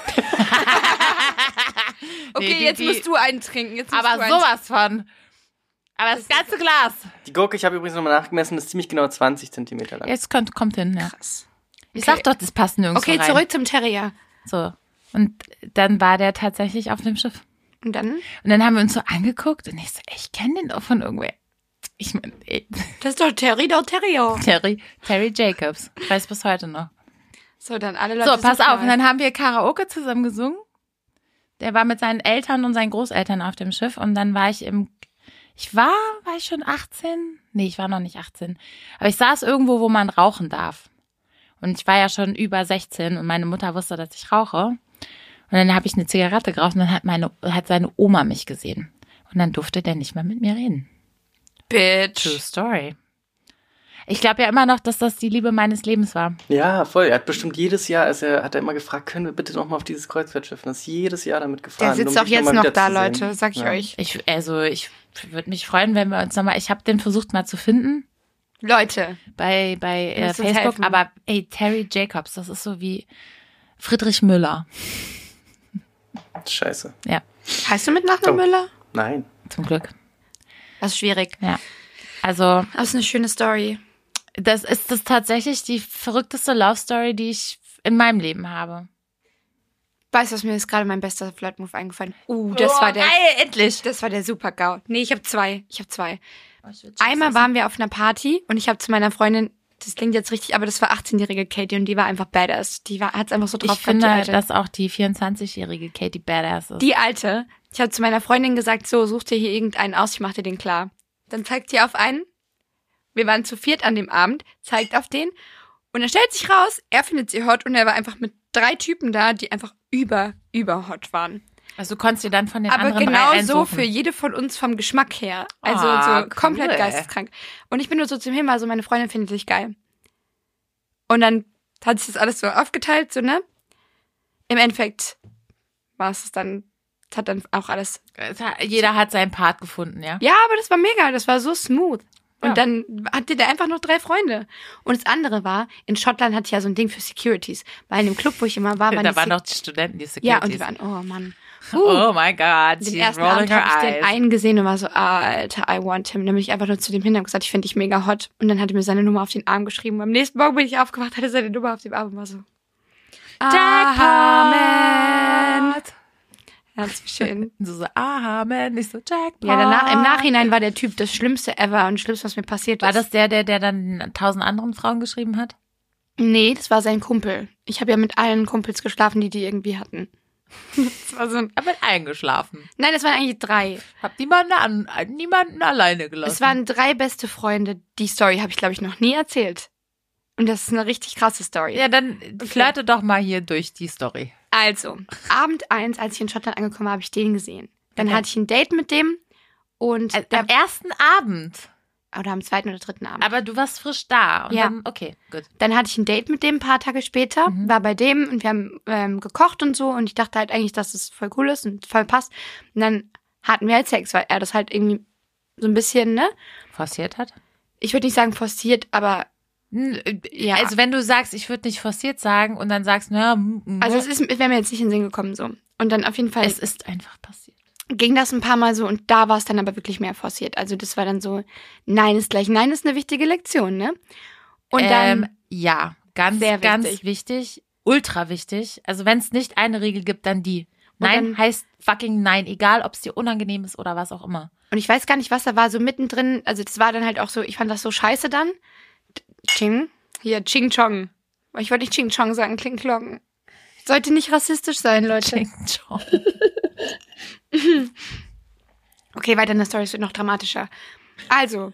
okay, Nee, die- jetzt die- musst du einen trinken. Jetzt musst Aber du einen sowas von. Aber das ganze Glas. Die Gurke, ich habe übrigens nochmal nachgemessen, ist ziemlich genau zwanzig Zentimeter lang. Jetzt kommt, kommt hin, ja. Krass. Ich Okay. sag doch, das passt nirgendwo Okay, rein. zurück zum Terrier. So. Und dann war der tatsächlich auf dem Schiff. Und dann? Und dann haben wir uns so angeguckt und ich so, ey, ich kenne den doch von irgendwer. Ich meine, Das ist doch Terry, doch Terrier. Terry, Terry Jacobs. Ich weiß bis heute noch. So, dann alle Leute. So, pass suchen auf. Und mal. dann haben wir Karaoke zusammen gesungen. Der war mit seinen Eltern und seinen Großeltern auf dem Schiff. Und dann war ich im, ich war, war ich schon achtzehn? Nee, ich war noch nicht achtzehn. Aber ich saß irgendwo, wo man rauchen darf. Und ich war ja schon über sechzehn und meine Mutter wusste, dass ich rauche. Und dann habe ich eine Zigarette geraucht und dann hat meine, hat seine Oma mich gesehen. Und dann durfte der nicht mehr mit mir reden. True Bitch. Story. Ich glaube ja immer noch, dass das die Liebe meines Lebens war. Ja, voll. Er hat bestimmt jedes Jahr, ist er, hat er immer gefragt, können wir bitte nochmal auf dieses Kreuzfahrtschiff? Und er ist jedes Jahr damit gefahren. Der sitzt um auch dich jetzt mal noch wieder da, zu sehen. Leute, sag ich Ja. euch. Ich, also ich würde mich freuen, wenn wir uns nochmal, ich habe den versucht mal zu finden Leute. bei, bei äh, Müsst uns Facebook, helfen. aber ey, Terry Jacobs, das ist so wie Friedrich Müller. Scheiße. Ja, Heißt du mit Nachnamen Oh. Müller? Nein. zum Glück. Das ist schwierig. Ja. Also, Das ist eine schöne Story. das ist das tatsächlich die verrückteste Love Story, die ich in meinem Leben habe. Weißt du, was mir ist gerade mein bester Flirt-Move eingefallen? Uh, das Oh, war der. geil, endlich. Das war der Super-GAU. Nee, ich habe zwei. Ich habe zwei. Oh, ich würd Einmal essen. waren wir auf einer Party und ich habe zu meiner Freundin das klingt jetzt richtig, aber das war achtzehnjährige Katie und die war einfach badass. Die war, hat's einfach so drauf Ich finde, gehabt, die Alte. dass auch die vierundzwanzigjährige Katie badass ist. Die Alte, ich habe zu meiner Freundin gesagt, so, such dir hier irgendeinen aus, ich mach dir den klar. Dann zeigt sie auf einen. Wir waren zu viert an dem Abend, zeigt auf den. Und dann stellt sich raus, er findet sie hot und er war einfach mit drei Typen da, die einfach über, über hot waren. Also du konntest dir dann von den Aber anderen genau drei so einsuchen. für jede von uns vom Geschmack her. Also Ah, so komplett cool. geisteskrank. Und ich bin nur so zum Himmel, also meine Freundin findet sich geil. Und dann hat sich das alles so aufgeteilt, so, ne? Im Endeffekt war es dann, es hat dann auch alles. Es hat- Jeder hat seinen Part gefunden, ja? Ja, aber das war mega, das war so smooth. Und Ja. dann hatte der einfach noch drei Freunde. Und das andere war, in Schottland hatte ich ja so ein Ding für Securities. Weil in dem Club, wo ich immer war, waren Da die waren Sec- noch die Studenten, die Ja, und Securities. die waren, oh Mann. Uh, Oh mein Gott, den she's ersten rolling Abend her habe ich den eyes. einen gesehen und war so, ah, Alter, I want him. Nämlich einfach nur zu dem hin und gesagt, ich finde dich mega hot. Und dann hat er mir seine Nummer auf den Arm geschrieben. Und am nächsten Morgen bin ich aufgewacht, hatte seine Nummer auf dem Arm und war so, aha, man. Jackpot! Ja, das war schön. Und so, so, aha, man, nicht so, Jackpot. Ja, danach, im Nachhinein war der Typ das Schlimmste ever und das Schlimmste, was mir passiert War ist. das der, der, der dann tausend anderen Frauen geschrieben hat? Nee, das war sein Kumpel. Ich habe ja mit allen Kumpels geschlafen, die die irgendwie hatten. Das war so ein Er wird eingeschlafen. Nein, das waren eigentlich drei. Hab niemanden, an, niemanden alleine gelassen. Es waren drei beste Freunde. Die Story habe ich, glaube ich, noch nie erzählt. Und das ist eine richtig krasse Story. Ja, dann flirte doch mal hier durch die Story. Also, Abend eins, als ich in Schottland angekommen war, habe ich den gesehen. Dann Okay. hatte ich ein Date mit dem und Also, der, am ersten Abend. oder am zweiten oder dritten Abend. Aber du warst frisch da. Und Ja. dann, okay, gut. Dann hatte ich ein Date mit dem ein paar Tage später, Mhm. war bei dem und wir haben ähm, gekocht und so und ich dachte halt eigentlich, dass es voll cool ist und voll passt. Und dann hatten wir halt Sex, weil er das halt irgendwie so ein bisschen, ne? Forciert hat? Ich würde nicht sagen forciert, aber N- äh, Ja. Also wenn du sagst, ich würde nicht forciert sagen und dann sagst, na, mm, mm, also es ist, es wäre mir jetzt nicht in den Sinn gekommen so. Und dann auf jeden Fall es ist einfach passiert. ging das ein paar Mal so und da war es dann aber wirklich mehr forciert. Also das war dann so, nein ist gleich, nein ist eine wichtige Lektion, ne? Und dann, ähm, ja, ganz, Sehr ganz wichtig. wichtig, ultra wichtig. Also wenn es nicht eine Regel gibt, dann die. Und Nein dann- heißt fucking nein, egal ob es dir unangenehm ist oder was auch immer. und ich weiß gar nicht, was da war, so mittendrin, also das war dann halt auch so, ich fand das so scheiße dann. Ching, hier, Ching Chong. Ich wollte nicht Ching Chong sagen, Kling Klong. Sollte nicht rassistisch sein, Leute. Ching Chong. Okay, weiter in der Story, es wird noch dramatischer. Also,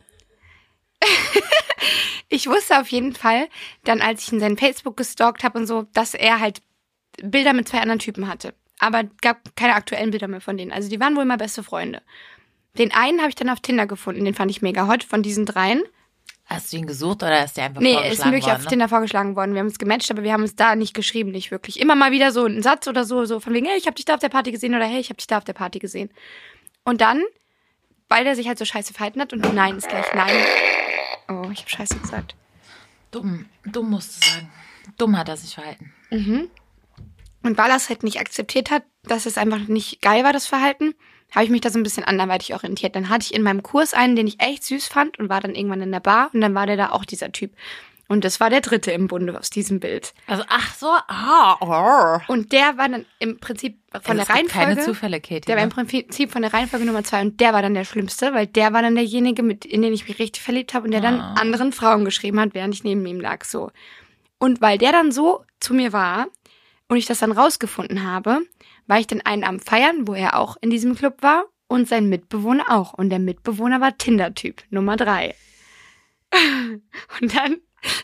ich wusste auf jeden Fall, dann als ich in seinen Facebook gestalkt habe und so, dass er halt Bilder mit zwei anderen Typen hatte. Aber gab keine aktuellen Bilder mehr von denen. Also die waren wohl mal beste Freunde. Den einen habe ich dann auf Tinder gefunden, den fand ich mega hot von diesen dreien. Hast du ihn gesucht oder ist der einfach Nee, ist vorgeschlagen mir wirklich worden? auf Ne? Tinder vorgeschlagen worden. Wir haben uns gematcht, aber wir haben uns da nicht geschrieben, nicht wirklich. Immer mal wieder so ein Satz oder so, so von wegen, hey, ich habe dich da auf der Party gesehen oder hey, ich habe dich da auf der Party gesehen. Und dann, weil der sich halt so scheiße verhalten hat und nein ist gleich nein. Oh, ich habe scheiße gesagt. Dumm, dumm musst du sagen. Dumm hat er sich verhalten. Mhm. Und weil er es halt nicht akzeptiert hat, dass es einfach nicht geil war, das Verhalten, habe ich mich da so ein bisschen anderweitig orientiert. Dann hatte ich in meinem Kurs einen, den ich echt süß fand und war dann irgendwann in der Bar und dann war der da auch dieser Typ. Und das war der dritte im Bunde aus diesem Bild. Also, ach so, ah, oh. Und der war dann im Prinzip von Also, der es gibt keine Reihenfolge, Zufälle, Katie. der war im ne? Prinzip von der Reihenfolge Nummer zwei und der war dann der Schlimmste, weil der war dann derjenige, mit in den ich mich richtig verliebt habe und der dann Ah. anderen Frauen geschrieben hat, während ich neben ihm lag, so. Und weil der dann so zu mir war und ich das dann rausgefunden habe, war ich dann einen Abend feiern, wo er auch in diesem Club war und sein Mitbewohner auch. Und der Mitbewohner war Tinder-Typ, Nummer drei. Und dann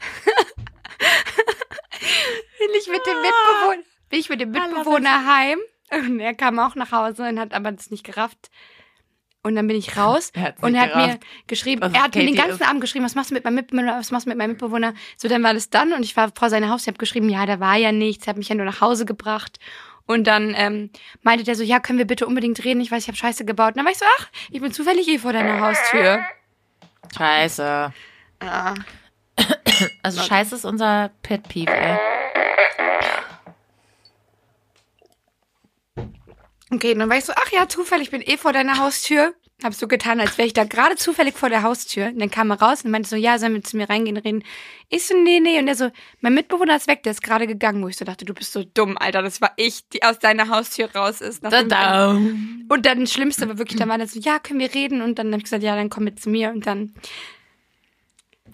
bin ich mit dem Mitbewohner, bin ich mit dem Mitbewohner heim und er kam auch nach Hause und hat aber das nicht gerafft. Und dann bin ich raus Er hat's und nicht er hat mir gerafft, geschrieben, was er hat mir den Katie ganzen ist. Abend geschrieben, was machst du mit meinem Mitbewohner, was machst du mit meinem Mitbewohner? So, dann war das dann und ich war vor seinem Haus, ich habe geschrieben, ja, da war ja nichts, er hat mich ja nur nach Hause gebracht. Und dann ähm, meinte der so, ja, können wir bitte unbedingt reden, ich weiß, ich habe Scheiße gebaut. Und dann war ich so, ach, ich bin zufällig eh vor deiner Haustür. Scheiße. Ah. Also, Scheiße ist unser Pet Peeve, ey. Okay, und dann war ich so, ach ja, zufällig, ich bin eh vor deiner Haustür. Hab so getan, als wäre ich da gerade zufällig vor der Haustür. Und dann kam er raus und meinte so, ja, sollen wir zu mir reingehen, reden? Ich so, nee, nee. Und er so, mein Mitbewohner ist weg, der ist gerade gegangen. Wo ich so dachte, du bist so dumm, Alter. Das war ich, die aus deiner Haustür raus ist. nachdem- Da-da. Und dann das Schlimmste war wirklich, dann war er so, ja, können wir reden? Und dann habe ich gesagt, ja, dann komm mit zu mir. Und dann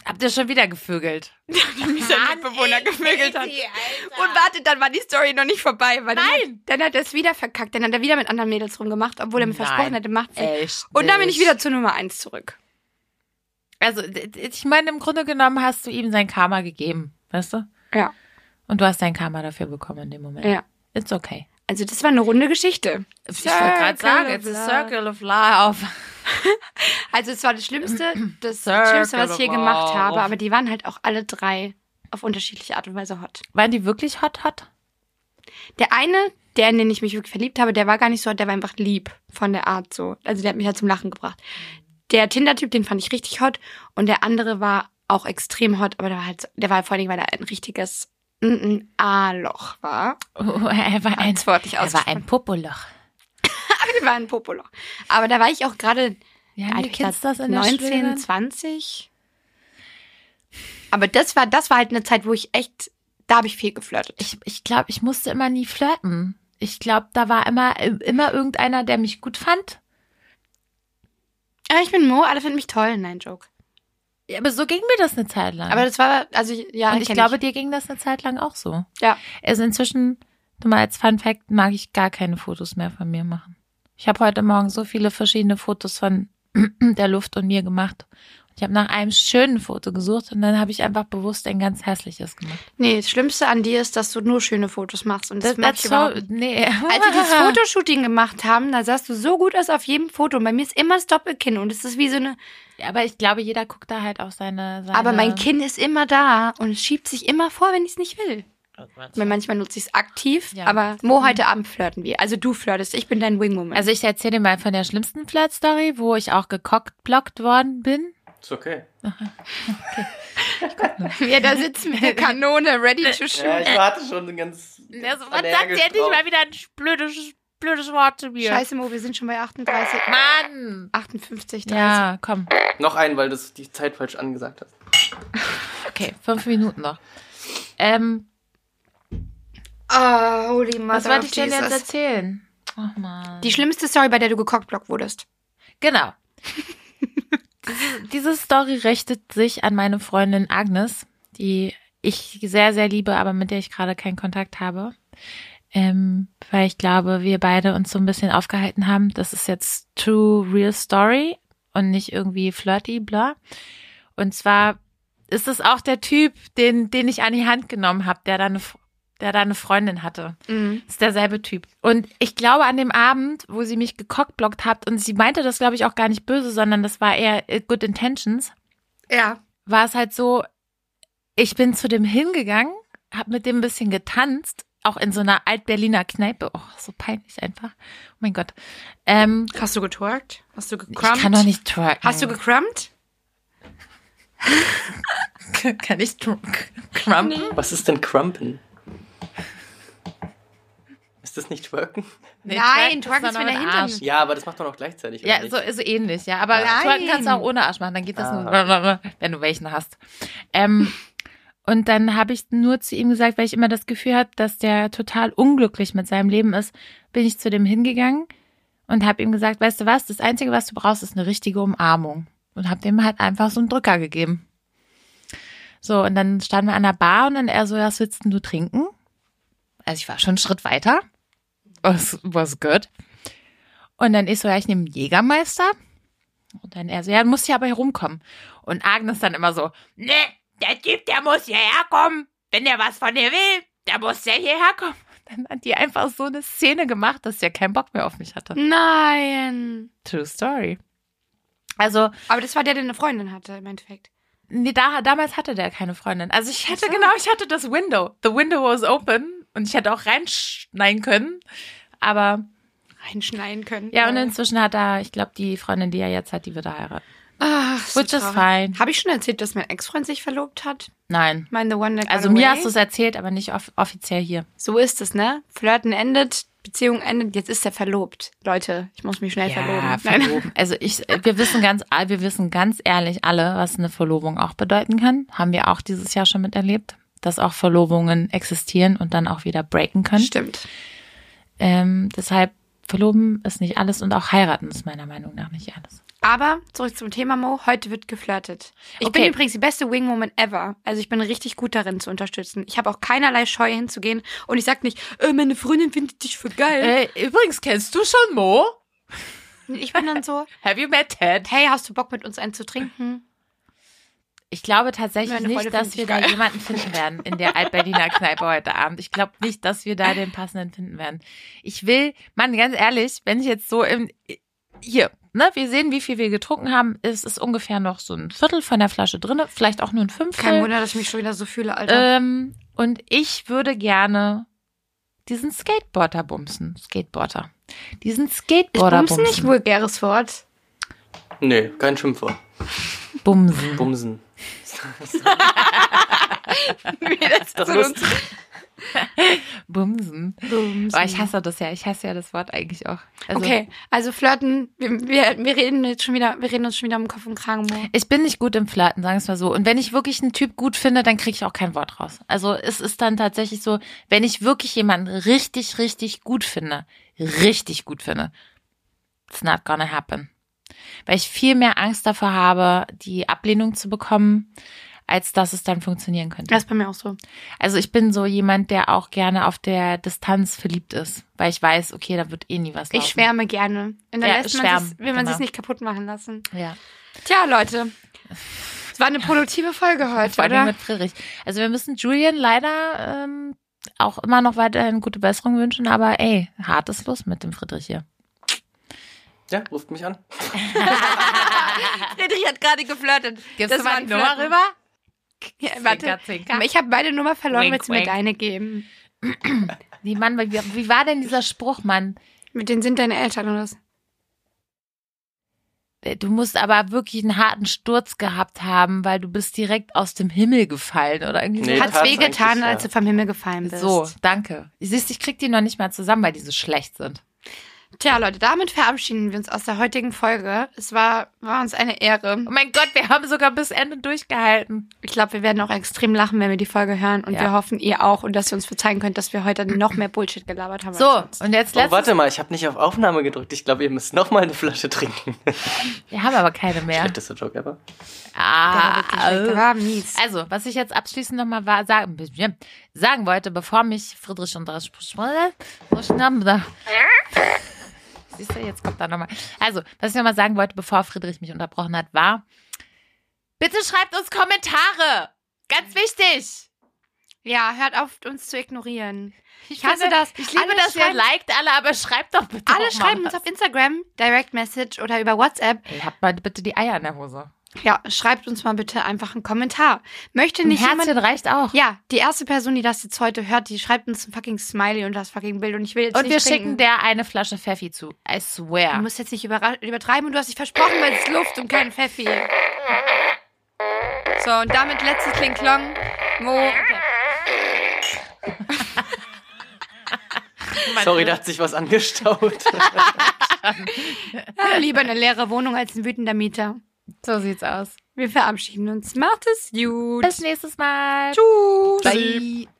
Habt ihr schon wieder gevögelt? Wie sein Mitbewohner gevögelt hat. Und warte, dann war die Story noch nicht vorbei. Weil Nein. Dann hat, dann hat er es wieder verkackt. Dann hat er wieder mit anderen Mädels rumgemacht, obwohl er mir Nein. versprochen hätte, macht sie. Echt Und dann bin ich nicht. wieder zur Nummer eins zurück. Also, d- d- ich meine, im Grunde genommen hast du ihm sein Karma gegeben, weißt du? Ja. Und du hast dein Karma dafür bekommen in dem Moment. Ja. It's okay. Also das war eine runde Geschichte. Ich wollte gerade sagen, it's a circle of life. Also es war das Schlimmste, das Circle Schlimmste, was ich je of gemacht love. habe. Aber die waren halt auch alle drei auf unterschiedliche Art und Weise hot. Waren die wirklich hot, hot? Der eine, der, in den ich mich wirklich verliebt habe, der war gar nicht so hot, der war einfach lieb von der Art so. Also der hat mich halt zum Lachen gebracht. Der Tinder-Typ, den fand ich richtig hot. Und der andere war auch extrem hot, aber der war halt, so, der war vor allem, weil er ein richtiges ein A-Loch war. Oh, er war ein, Ganz wortlich er war ausgesprochen. ein Popoloch. Der war ein Popoloch. Aber da war ich auch gerade Wie haben die Kids das in der neunzehn, Schule? zwanzig. Aber das war, das war halt eine Zeit, wo ich echt, da habe ich viel geflirtet. Ich, ich glaube, ich musste immer nie flirten. Ich glaube, da war immer, immer irgendeiner, der mich gut fand. Ja, ich bin Mo, alle finden mich toll. Nein, Joke. Ja, aber so ging mir das eine Zeit lang. Aber das war, also ja, Und ich kenn glaube, dir ging das eine Zeit lang auch so. Ja. Also inzwischen, du mal als Fun Fact, mag ich gar keine Fotos mehr von mir machen. Ich habe heute Morgen so viele verschiedene Fotos von der Luft und mir gemacht. Ich habe nach einem schönen Foto gesucht und dann habe ich einfach bewusst ein ganz hässliches gemacht. Nee, das Schlimmste an dir ist, dass du nur schöne Fotos machst. Und das, Das, mag das ich so, überhaupt nicht. nee. Als wir dieses Fotoshooting gemacht haben, da sahst du so gut aus auf jedem Foto. Und bei mir ist immer das Doppelkinn und es ist wie so eine... Ja, aber ich glaube, jeder guckt da halt auf seine... seine Aber mein Kinn ist immer da und es schiebt sich immer vor, wenn ich es nicht will. Weil manchmal nutze ich es aktiv, Ja. aber Mo, heute Abend flirten wir. Also du flirtest, ich bin dein Wingwoman. Also ich erzähle dir mal von der schlimmsten Flirt-Story, wo ich auch gecockblockt worden bin. Ist okay. wie er da sitzt mit der Kanone, ready to shoot. Ja, ich warte schon ganz. Also, was sagt energisch ihr endlich drauf. mal wieder ein blödes, blödes Wort zu mir? Scheiße, Mo, wir sind schon bei achtunddreißig, Mann! achtundfünfzig, dreißig. Ja, komm. Noch einen, weil du die Zeit falsch angesagt hast. Okay, fünf Minuten noch. Ähm, Oh, holy mother was wollte of ich denn Jesus. jetzt erzählen? Ach man. Die schlimmste Story, bei der du gecockblockt wurdest. Genau. diese, diese Story richtet sich an meine Freundin Agnes, die ich sehr, sehr liebe, aber mit der ich gerade keinen Kontakt habe. Ähm, weil ich glaube, wir beide uns so ein bisschen aufgehalten haben. Das ist jetzt true, real story und nicht irgendwie flirty, bla. Und zwar ist es auch der Typ, den, den ich an die Hand genommen habe, der da eine, der da eine Freundin hatte. Mhm. Das ist derselbe Typ. Und ich glaube, an dem Abend, wo sie mich gecockblockt hat, und sie meinte das, glaube ich, auch gar nicht böse, sondern das war eher good intentions, Ja. war es halt so, ich bin zu dem hingegangen, habe mit dem ein bisschen getanzt, auch in so einer Alt-Berliner Kneipe. Oh, so peinlich einfach. Oh mein Gott. Ähm, Hast du getwerkt? Hast du ich gecrumpt? kann doch nicht twerken. Hast du gecrumpt? Kann ich tr- crumpen? Was ist denn Crumpen? Ist das nicht Twerken? Nee, Nein, twerken twerken ist doch mit der mit Hintern. Arsch. Ja, aber das macht man auch gleichzeitig. Ja, oder so, nicht? so ähnlich, ja. Aber Nein. twerken kannst du auch ohne Arsch machen. Dann geht das Ah, nur, wenn du welchen hast. Ähm, und dann habe ich nur zu ihm gesagt, weil ich immer das Gefühl habe, dass der total unglücklich mit seinem Leben ist, bin ich zu dem hingegangen und habe ihm gesagt, weißt du was, das Einzige, was du brauchst, ist eine richtige Umarmung. Und habe dem halt einfach so einen Drücker gegeben. So, und dann standen wir an der Bar und dann er so, was willst denn du trinken? Also ich war schon einen Schritt weiter. Was, was good. Und dann ich so, ja, ich nehme einen Jägermeister. Und dann er so, ja, du musst hier aber hier rumkommen. Und Agnes dann immer so, ne, der Typ, der muss hierher kommen. Wenn der was von dir will, der muss der hierher kommen. Dann hat die einfach so eine Szene gemacht, dass der keinen Bock mehr auf mich hatte. Nein. True story. Also, Aber das war der, der eine Freundin hatte, im Endeffekt. nee, da, damals hatte der keine Freundin. Also ich hätte, Ach so. genau, ich hatte das Window. The window was open. Und ich hätte auch reinschneiden können. Aber, Reinschneiden können. ja, und inzwischen hat er, ich glaube, die Freundin, die er jetzt hat, die wird er heiraten. Ach, so Which is traurig. fine. Habe ich schon erzählt, dass mein Ex-Freund sich verlobt hat? Nein. Mein The One That Got Also Away? mir hast du es erzählt, aber nicht off- offiziell hier. So ist es, ne? Flirten endet, Beziehung endet, jetzt ist er verlobt. Leute, ich muss mich schnell verloben. verloben. Also ich, wir wissen ganz, wir wissen ganz ehrlich alle, was eine Verlobung auch bedeuten kann. Haben wir auch dieses Jahr schon miterlebt, dass auch Verlobungen existieren und dann auch wieder breaken können. Stimmt. Ähm, deshalb verloben ist nicht alles und auch heiraten ist meiner Meinung nach nicht alles. Aber zurück zum Thema, Mo. Heute wird geflirtet. Ich Okay. bin übrigens die beste Wingwoman ever. Also ich bin richtig gut darin zu unterstützen. Ich habe auch keinerlei Scheu hinzugehen. Und ich sag nicht, äh, meine Freundin findet dich für geil. Äh, übrigens, kennst du schon Mo? Ich bin dann so, Have you met Ted? hey, hast du Bock mit uns einen zu trinken? Ich glaube tatsächlich Meine Freunde nicht, dass finden wir dich da geil. jemanden finden werden in der Altberliner Kneipe heute Abend. Ich glaube nicht, dass wir da den passenden finden werden. Ich will, Mann, ganz ehrlich, wenn ich jetzt so im, hier, ne, wir sehen, wie viel wir getrunken haben. Es ist ungefähr noch so ein Viertel von der Flasche drin, vielleicht auch nur ein Fünftel. Kein Wunder, dass ich mich schon wieder so fühle, Alter. Ähm, und ich würde gerne diesen Skateboarder bumsen. Skateboarder. Diesen Ist Skateboarder Bumsen bumsen. nicht vulgäres Wort? Nee, kein Schimpfwort. Bumsen. Bumsen. Wie das Das zu ist uns. Bumsen. Bumsen. Aber ich hasse das ja. Ich hasse ja das Wort eigentlich auch. Also, Okay, also flirten, wir, wir, wir reden jetzt schon wieder, wir reden uns schon wieder um Kopf und Kragen, Mo. Ich bin nicht gut im Flirten, sagen wir es mal so. Und wenn ich wirklich einen Typ gut finde, dann kriege ich auch kein Wort raus. Also es ist dann tatsächlich so, wenn ich wirklich jemanden richtig, richtig gut finde, richtig gut finde, it's not gonna happen. Weil ich viel mehr Angst davor habe, die Ablehnung zu bekommen, als dass es dann funktionieren könnte. Das ist bei mir auch so. Also ich bin so jemand, der auch gerne auf der Distanz verliebt ist, weil ich weiß, okay, da wird eh nie was laufen. Ich schwärme gerne. Und dann Ja, lässt man schwärmen, sich, will man genau. sich nicht kaputt machen lassen. Ja. Tja, Leute. Es war eine produktive Folge heute, Vor allem oder? mit Friedrich. Also wir müssen Julian leider ähm, auch immer noch weiterhin gute Besserung wünschen, aber ey, hart ist los mit dem Friedrich hier. Ja, ruft mich an. Friedrich hat gerade geflirtet. Gibst du war mal ein die Nummer Flirten. rüber? Ja, warte. Zwinker, zwinker. Ich habe beide Nummer verloren, Wink, willst du mir wink. deine geben? Nee, Mann, wie, wie war denn dieser Spruch, Mann? Mit denen sind deine Eltern oder was? Du musst aber wirklich einen harten Sturz gehabt haben, weil du bist direkt aus dem Himmel gefallen oder irgendwie Nee, so. Hat's tat's wehgetan, eigentlich, als ja. du vom Himmel gefallen bist? So, danke. Siehst, ich krieg die noch nicht mal zusammen, weil die so schlecht sind. Tja, Leute, damit verabschieden wir uns aus der heutigen Folge. Es war, war uns eine Ehre. Oh mein Gott, wir haben sogar bis Ende durchgehalten. Ich glaube, wir werden auch extrem lachen, wenn wir die Folge hören. Und Ja. wir hoffen, ihr auch. Und dass ihr uns verzeihen könnt, dass wir heute noch mehr Bullshit gelabert haben. So, als sonst. und jetzt Oh, letztes. warte mal, ich habe nicht auf Aufnahme gedrückt. Ich glaube, ihr müsst noch mal eine Flasche trinken. Wir haben aber keine mehr. Schlechteste Joke ever. Der Ah, war wirklich schlecht. Der war mies. Also, was ich jetzt abschließend nochmal war, sagen, sagen wollte, bevor mich Friedrich und das Siehst du, jetzt kommt da nochmal. Also, was ich nochmal sagen wollte, bevor Friedrich mich unterbrochen hat, war, bitte schreibt uns Kommentare. Ganz wichtig. Ja, hört auf, uns zu ignorieren. Ich hasse finde, das. Ich liebe Alle das, ihr schreiben- liked alle, aber schreibt doch bitte Alle auch mal schreiben was. uns auf Instagram, Direct Message oder über WhatsApp. Hey, habt mal bitte die Eier in der Hose. Ja, schreibt uns mal bitte einfach einen Kommentar. Möchte Ein nicht Herzchen jemand... reicht auch. Ja, die erste Person, die das jetzt heute hört, die schreibt uns ein fucking Smiley und das fucking Bild. Und ich will jetzt Und nicht wir trinken. schicken der eine Flasche Pfeffi zu. I Du swear. musst jetzt nicht überra- übertreiben und du hast dich versprochen, weil es ist Luft und kein Pfeffi. So, und damit letztes Kling-Klong. Mo. Sorry, da hat sich was angestaut. Ja, lieber eine leere Wohnung als ein wütender Mieter. So sieht's aus. Wir verabschieden uns. Macht es gut. Bis nächstes Mal. Tschüss. Bye.